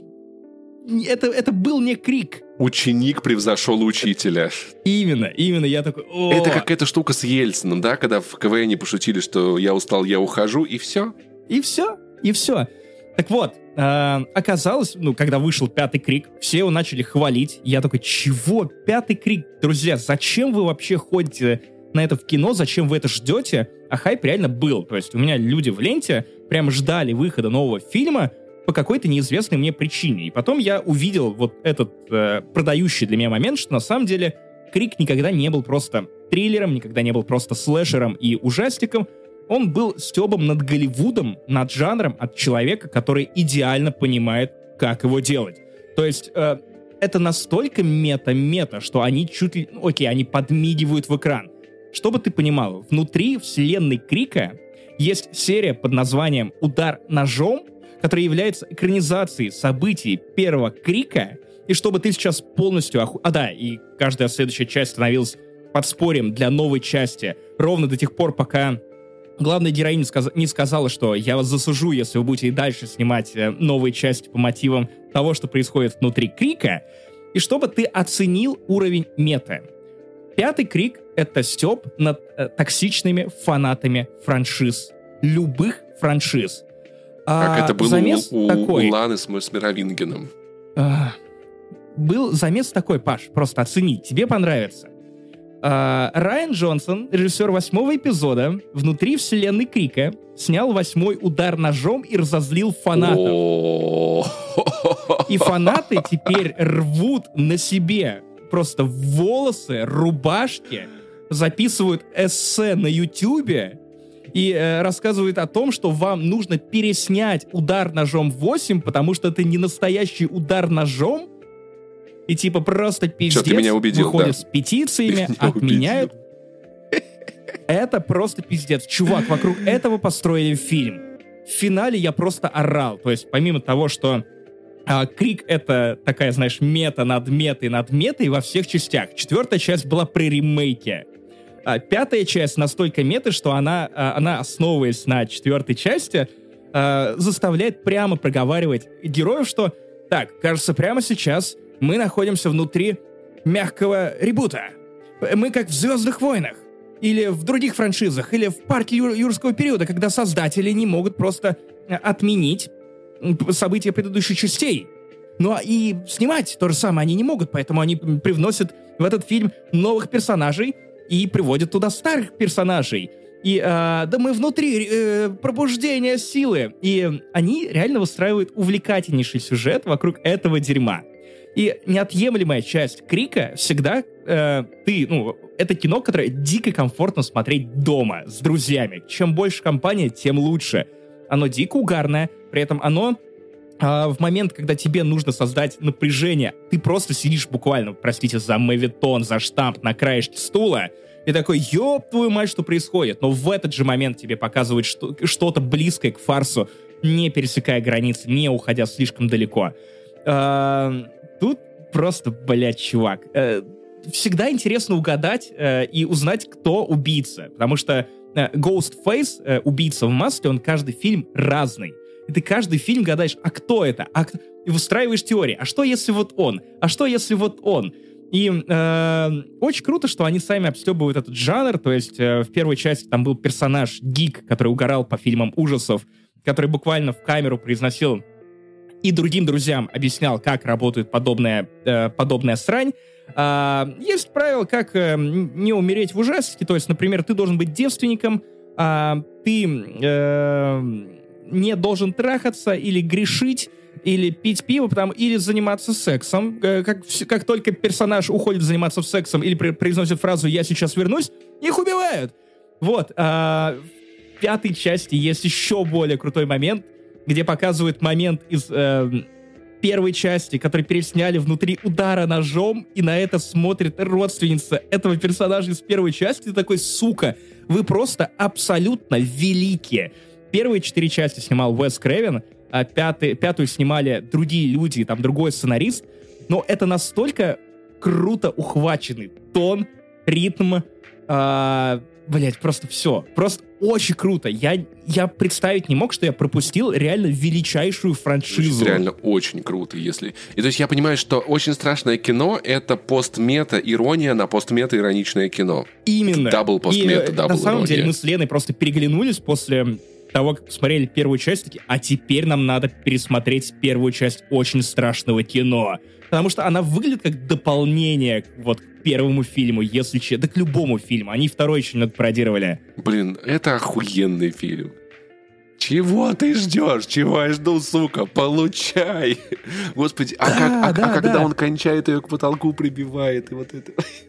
Это, это был не Крик. Ученик превзошел учителя. Именно, именно, я такой... О! Это какая-то штука с Ельциным, да, когда в КВН пошутили, что я устал, я ухожу, и все? И все, и все. Так вот, э, оказалось, ну, когда вышел пятый Крик, все его начали хвалить. Я такой, чего? Пятый Крик? Друзья, зачем вы вообще ходите на это в кино? Зачем вы это ждете? А хайп реально был. То есть у меня люди в ленте прям ждали выхода нового фильма по какой-то неизвестной мне причине. И потом я увидел вот этот э, продающий для меня момент, что на самом деле Крик никогда не был просто триллером, никогда не был просто слэшером и ужастиком. Он был стебом над Голливудом, над жанром от человека, который идеально понимает, как его делать. То есть э, это настолько мета-мета, что они чуть ли... Окей, они подмигивают в экран. Чтобы ты понимал, внутри вселенной Крика есть серия под названием «Удар ножом», которая является экранизацией событий первого Крика. И чтобы ты сейчас полностью... Оху... А да, и каждая следующая часть становилась подспорьем для новой части. Ровно до тех пор, пока... Главная героиня сказ... не сказала, что я вас засужу, если вы будете и дальше снимать э, новые части по мотивам того, что происходит внутри Крика, и чтобы ты оценил уровень мета. Пятый Крик — это стёб над э, токсичными фанатами франшиз. Любых франшиз. Как а это было замес у, у, такой, у Ланы с, с Мировингеном. А, был замес такой, Паш, просто оцени, тебе понравится. Uh, Райан Джонсон, режиссер восьмого эпизода, внутри вселенной Крика, снял восьмой удар ножом и разозлил фанатов. И фанаты теперь рвут на себе просто волосы, рубашки, записывают эссе на Ютубе и э, рассказывает о том, что вам нужно переснять удар ножом восемь, потому что это не настоящий удар ножом, и типа просто пиздец, Чё, ты меня убедил, выходят да. с петициями, отменяют. Это просто пиздец. Чувак, вокруг этого построили фильм. В финале я просто орал. То есть помимо того, что а, Крик — это такая, знаешь, мета над метой над метой во всех частях. Четвертая часть была при ремейке. А, пятая часть настолько меты, что она, а, она основываясь на четвертой части, а, заставляет прямо проговаривать героев, что так, кажется, прямо сейчас мы находимся внутри мягкого ребута. Мы как в «Звездных войнах», или в других франшизах, или в «Парке юр- юрского периода», когда создатели не могут просто отменить события предыдущих частей. Ну а и снимать то же самое они не могут, поэтому они привносят в этот фильм новых персонажей и приводят туда старых персонажей. И э, да мы внутри э, пробуждения силы. И они реально выстраивают увлекательнейший сюжет вокруг этого дерьма. И неотъемлемая часть Крика всегда э, ты, ну, это кино, которое дико комфортно смотреть дома, с друзьями. Чем больше компания, тем лучше. Оно дико угарное, при этом оно э, в момент, когда тебе нужно создать напряжение, ты просто сидишь буквально, простите за моветон, за штамп на краешке стула, и такой, ёб твою мать, что происходит? Но в этот же момент тебе показывают что- что-то близкое к фарсу, не пересекая границы, не уходя слишком далеко. Э, Тут просто, блядь, чувак. Э, всегда интересно угадать э, и узнать, кто убийца. Потому что э, Ghostface, э, убийца в маске, он каждый фильм разный. И ты каждый фильм гадаешь, а кто это? А кто... И выстраиваешь теории. А что, если вот он? А что, если вот он? И э, очень круто, что они сами обстебывают этот жанр. То есть э, в первой части там был персонаж Гик, который угорал по фильмам ужасов, который буквально в камеру произносил и другим друзьям объяснял, как работает подобная, э, подобная срань. А, есть правило, как э, не умереть в ужастике. То есть, например, ты должен быть девственником, а, ты э, не должен трахаться или грешить, или пить пиво, потому, или заниматься сексом. Э, как, как только персонаж уходит заниматься сексом или при, произносит фразу «я сейчас вернусь», их убивают. Вот. А, в пятой части есть еще более крутой момент, где показывают момент из э, первой части, который пересняли внутри удара ножом, и на это смотрит родственница этого персонажа из первой части. Ты такой, сука, вы просто абсолютно великие. Первые четыре части снимал Уэс Крэвен, а пятый, пятую снимали другие люди, там другой сценарист, но это настолько круто ухваченный тон, ритм, э, блять, просто все. Просто очень круто. Я, я представить не мог, что я пропустил реально величайшую франшизу. Это реально очень круто, если... И то есть я понимаю, что «Очень страшное кино» — это постмета-ирония на постмета-ироничное кино. Именно. Дабл постмета, дабл на самом ирония. деле мы с Леной просто переглянулись после того, как посмотрели первую часть, такие, а теперь нам надо пересмотреть первую часть «Очень страшного кино». Потому что она выглядит как дополнение вот к первому фильму, если че, да к любому фильму. Они второй еще немного пародировали. Блин, это охуенный фильм. Чего ты ждешь? Чего я жду, сука? Получай! Господи, а, Да, как, а, да, а когда да. он кончает, ее к потолку прибивает, и вот это...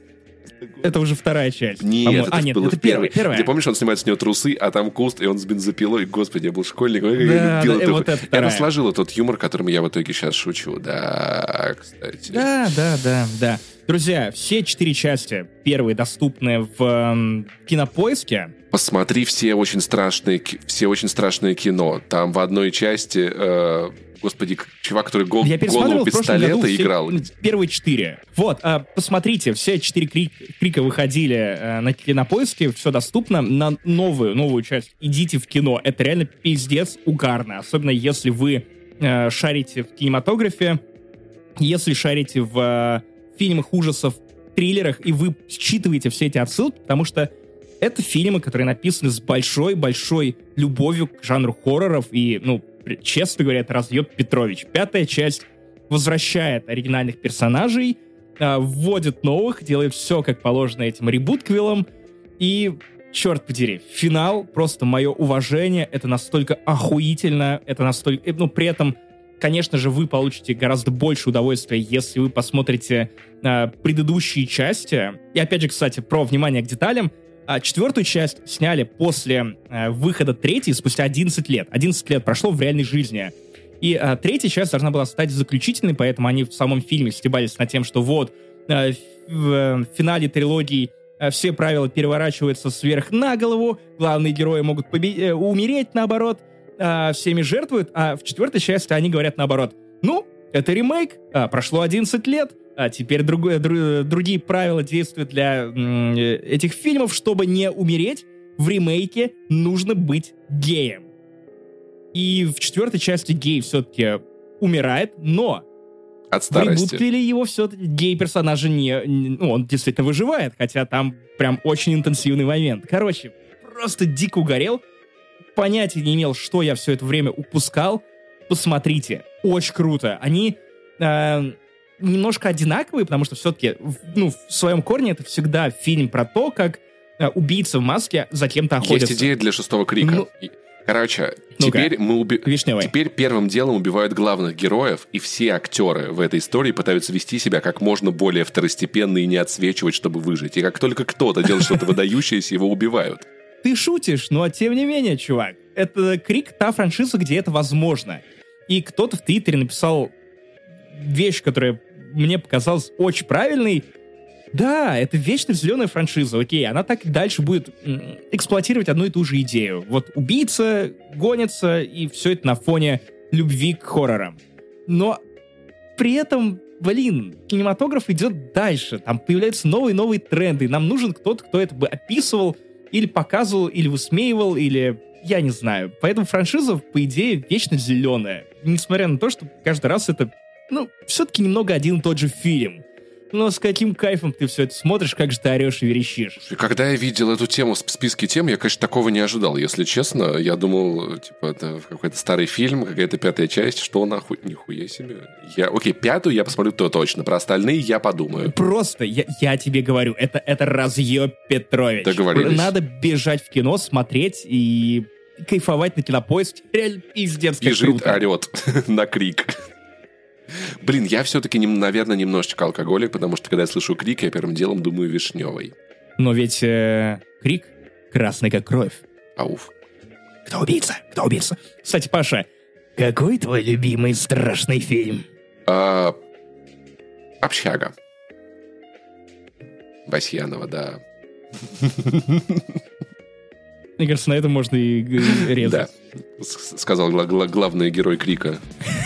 Это уже вторая часть. Нет, по-моему. это а, нет, было это в первой. первая. первая. Где, помнишь, он снимает с нее трусы, а там куст, и он с бензопилой. Господи, я был школьником. Я Да, любил да, это. и вот это Я вторая. насложил тот юмор, которым я в итоге сейчас шучу. Да, кстати. Да, да, да, да. Друзья, все четыре части, первые, доступны в эм, Кинопоиске. Посмотри все очень страшные, ки- все очень страшное кино. Там в одной части, э, господи, к- чувак, который гол- Я пересматривал голову в прошлом году пистолета все, играл. м, первые четыре. Вот, а, посмотрите, все четыре крик- крика выходили э, на Кинопоиске, все доступно. На новую, новую часть идите в кино. Это реально пиздец угарно. Особенно если вы э, шарите в кинематографе, если шарите в э, фильмах ужасов, триллерах, и вы считываете все эти отсылки, потому что это фильмы, которые написаны с большой-большой любовью к жанру хорроров, и, ну, честно говоря, это разъеб Петрович. Пятая часть возвращает оригинальных персонажей, э, вводит новых, делает все как положено этим ребутквиллам, и, черт подери, финал, просто мое уважение, это настолько охуительно, это настолько... Ну, при этом, конечно же, вы получите гораздо больше удовольствия, если вы посмотрите э, предыдущие части. И опять же, кстати, про внимание к деталям. А четвертую часть сняли после э, выхода третьей, спустя одиннадцать лет. одиннадцать лет прошло в реальной жизни. И э, третья часть должна была стать заключительной, поэтому они в самом фильме стебались над тем, что вот э, в, э, в финале трилогии э, все правила переворачиваются сверх на голову, главные герои могут побе- э, умереть, наоборот, э, всеми жертвуют, а в четвертой части они говорят наоборот. Ну, это ремейк, э, прошло одиннадцать лет, а теперь другое, дру, другие правила действуют для м, этих фильмов. Чтобы не умереть, в ремейке нужно быть геем. И в четвертой части гей все-таки умирает, но от старости. В ребуте его все-таки гей-персонажа не... Ну, он действительно выживает, хотя там прям очень интенсивный момент. Короче, просто дико угорел. Понятия не имел, что я все это время упускал. Посмотрите, очень круто. Они... Э, немножко одинаковые, потому что все-таки, ну, в своем корне это всегда фильм про то, как э, убийца в маске за кем-то охотится. Есть идея для шестого крика. Ну, Короче, ну-ка. теперь мы уби... Вишневый. Теперь первым делом убивают главных героев, и все актеры в этой истории пытаются вести себя как можно более второстепенно и не отсвечивать, чтобы выжить. И как только кто-то делает что-то выдающееся, его убивают. Ты шутишь, но тем не менее, чувак, это Крик та франшиза, где это возможно. И кто-то в Твиттере написал вещь, которая мне показалась очень правильной. Да, это вечно зеленая франшиза, окей, она так и дальше будет м, эксплуатировать одну и ту же идею. Вот убийца гонится, и все это на фоне любви к хоррорам. Но при этом, блин, кинематограф идет дальше, там появляются новые-новые тренды, нам нужен кто-то, кто это бы описывал, или показывал, или высмеивал, или... Я не знаю. Поэтому франшиза, по идее, вечно зеленая. Несмотря на то, что каждый раз это, ну, все-таки немного один и тот же фильм. Но с каким кайфом ты все это смотришь, как же ты орешь и верещишь. Когда я видел эту тему в списке тем, я, конечно, такого не ожидал. Если честно, я думал, типа, это какой-то старый фильм, какая-то пятая часть, что нахуй, нихуя себе. Я, окей, пятую я посмотрю, то точно. Про остальные я подумаю. Просто, я, я тебе говорю, это, это разъеб Петрович. Договорились. Надо бежать в кино, смотреть и кайфовать на Кинопоиске. Реально пиздец, как Бежит, круто. орет на крик. Блин, я все-таки, наверное, немножечко алкоголик, потому что, когда я слышу крик, я первым делом думаю вишневый. Но ведь э, Крик красный как кровь. Ауф. Кто убийца? Кто убийца? Кстати, Паша, какой твой любимый страшный фильм? А, «Общага». Басьянова, да. Мне кажется, на этом можно и резать. Да, сказал гла- гла- главный герой Крика.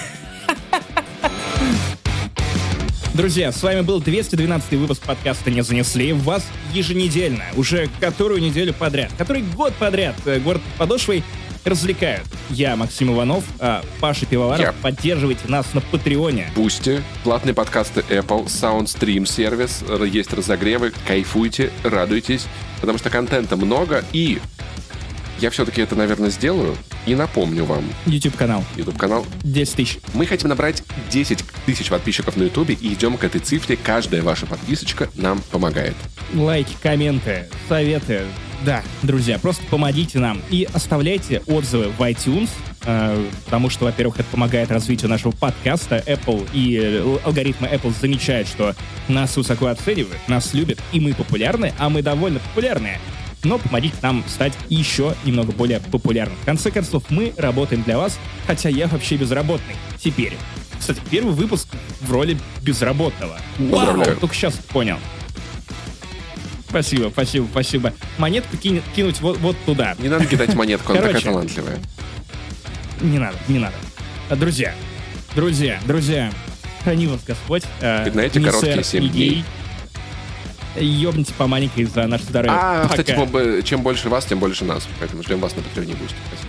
Друзья, с вами был двести двенадцатый выпуск подкаста «Не занесли». Вас еженедельно, уже которую неделю подряд, который год подряд город под подошвой развлекают. Я Максим Иванов, а Паша Пивоваров. Я. Поддерживайте нас на Патреоне. Бусти, платные подкасты Apple, SoundStream сервис, есть разогревы, кайфуйте, радуйтесь, потому что контента много, и я все-таки это, наверное, сделаю и напомню вам. YouTube-канал. YouTube-канал. десять тысяч. Мы хотим набрать десять тысяч подписчиков на YouTube и идем к этой цифре. Каждая ваша подписочка нам помогает. Лайки, комменты, советы. Да, друзья, просто помогите нам и оставляйте отзывы в iTunes, э, потому что, во-первых, это помогает развитию нашего подкаста. Apple и э, алгоритмы Apple замечают, что нас высоко оценивают, нас любят, и мы популярны, а мы довольно популярные. Но помогите нам стать еще немного более популярным. В конце концов, мы работаем для вас, хотя я вообще безработный. Теперь. Кстати, первый выпуск в роли безработного. Вау, только сейчас понял. Спасибо, спасибо, спасибо. Монетку кинь, кинуть вот, вот туда. Не надо кидать монетку, она такая талантливая. Не надо, не надо. Друзья, друзья, друзья, храни вас Господь. Знаете, короткие семь дней. Ёбните по маленькой за наше здоровье. А, Пока. Кстати, чем больше вас, тем больше нас. Поэтому ждем вас на Патреоне. Спасибо.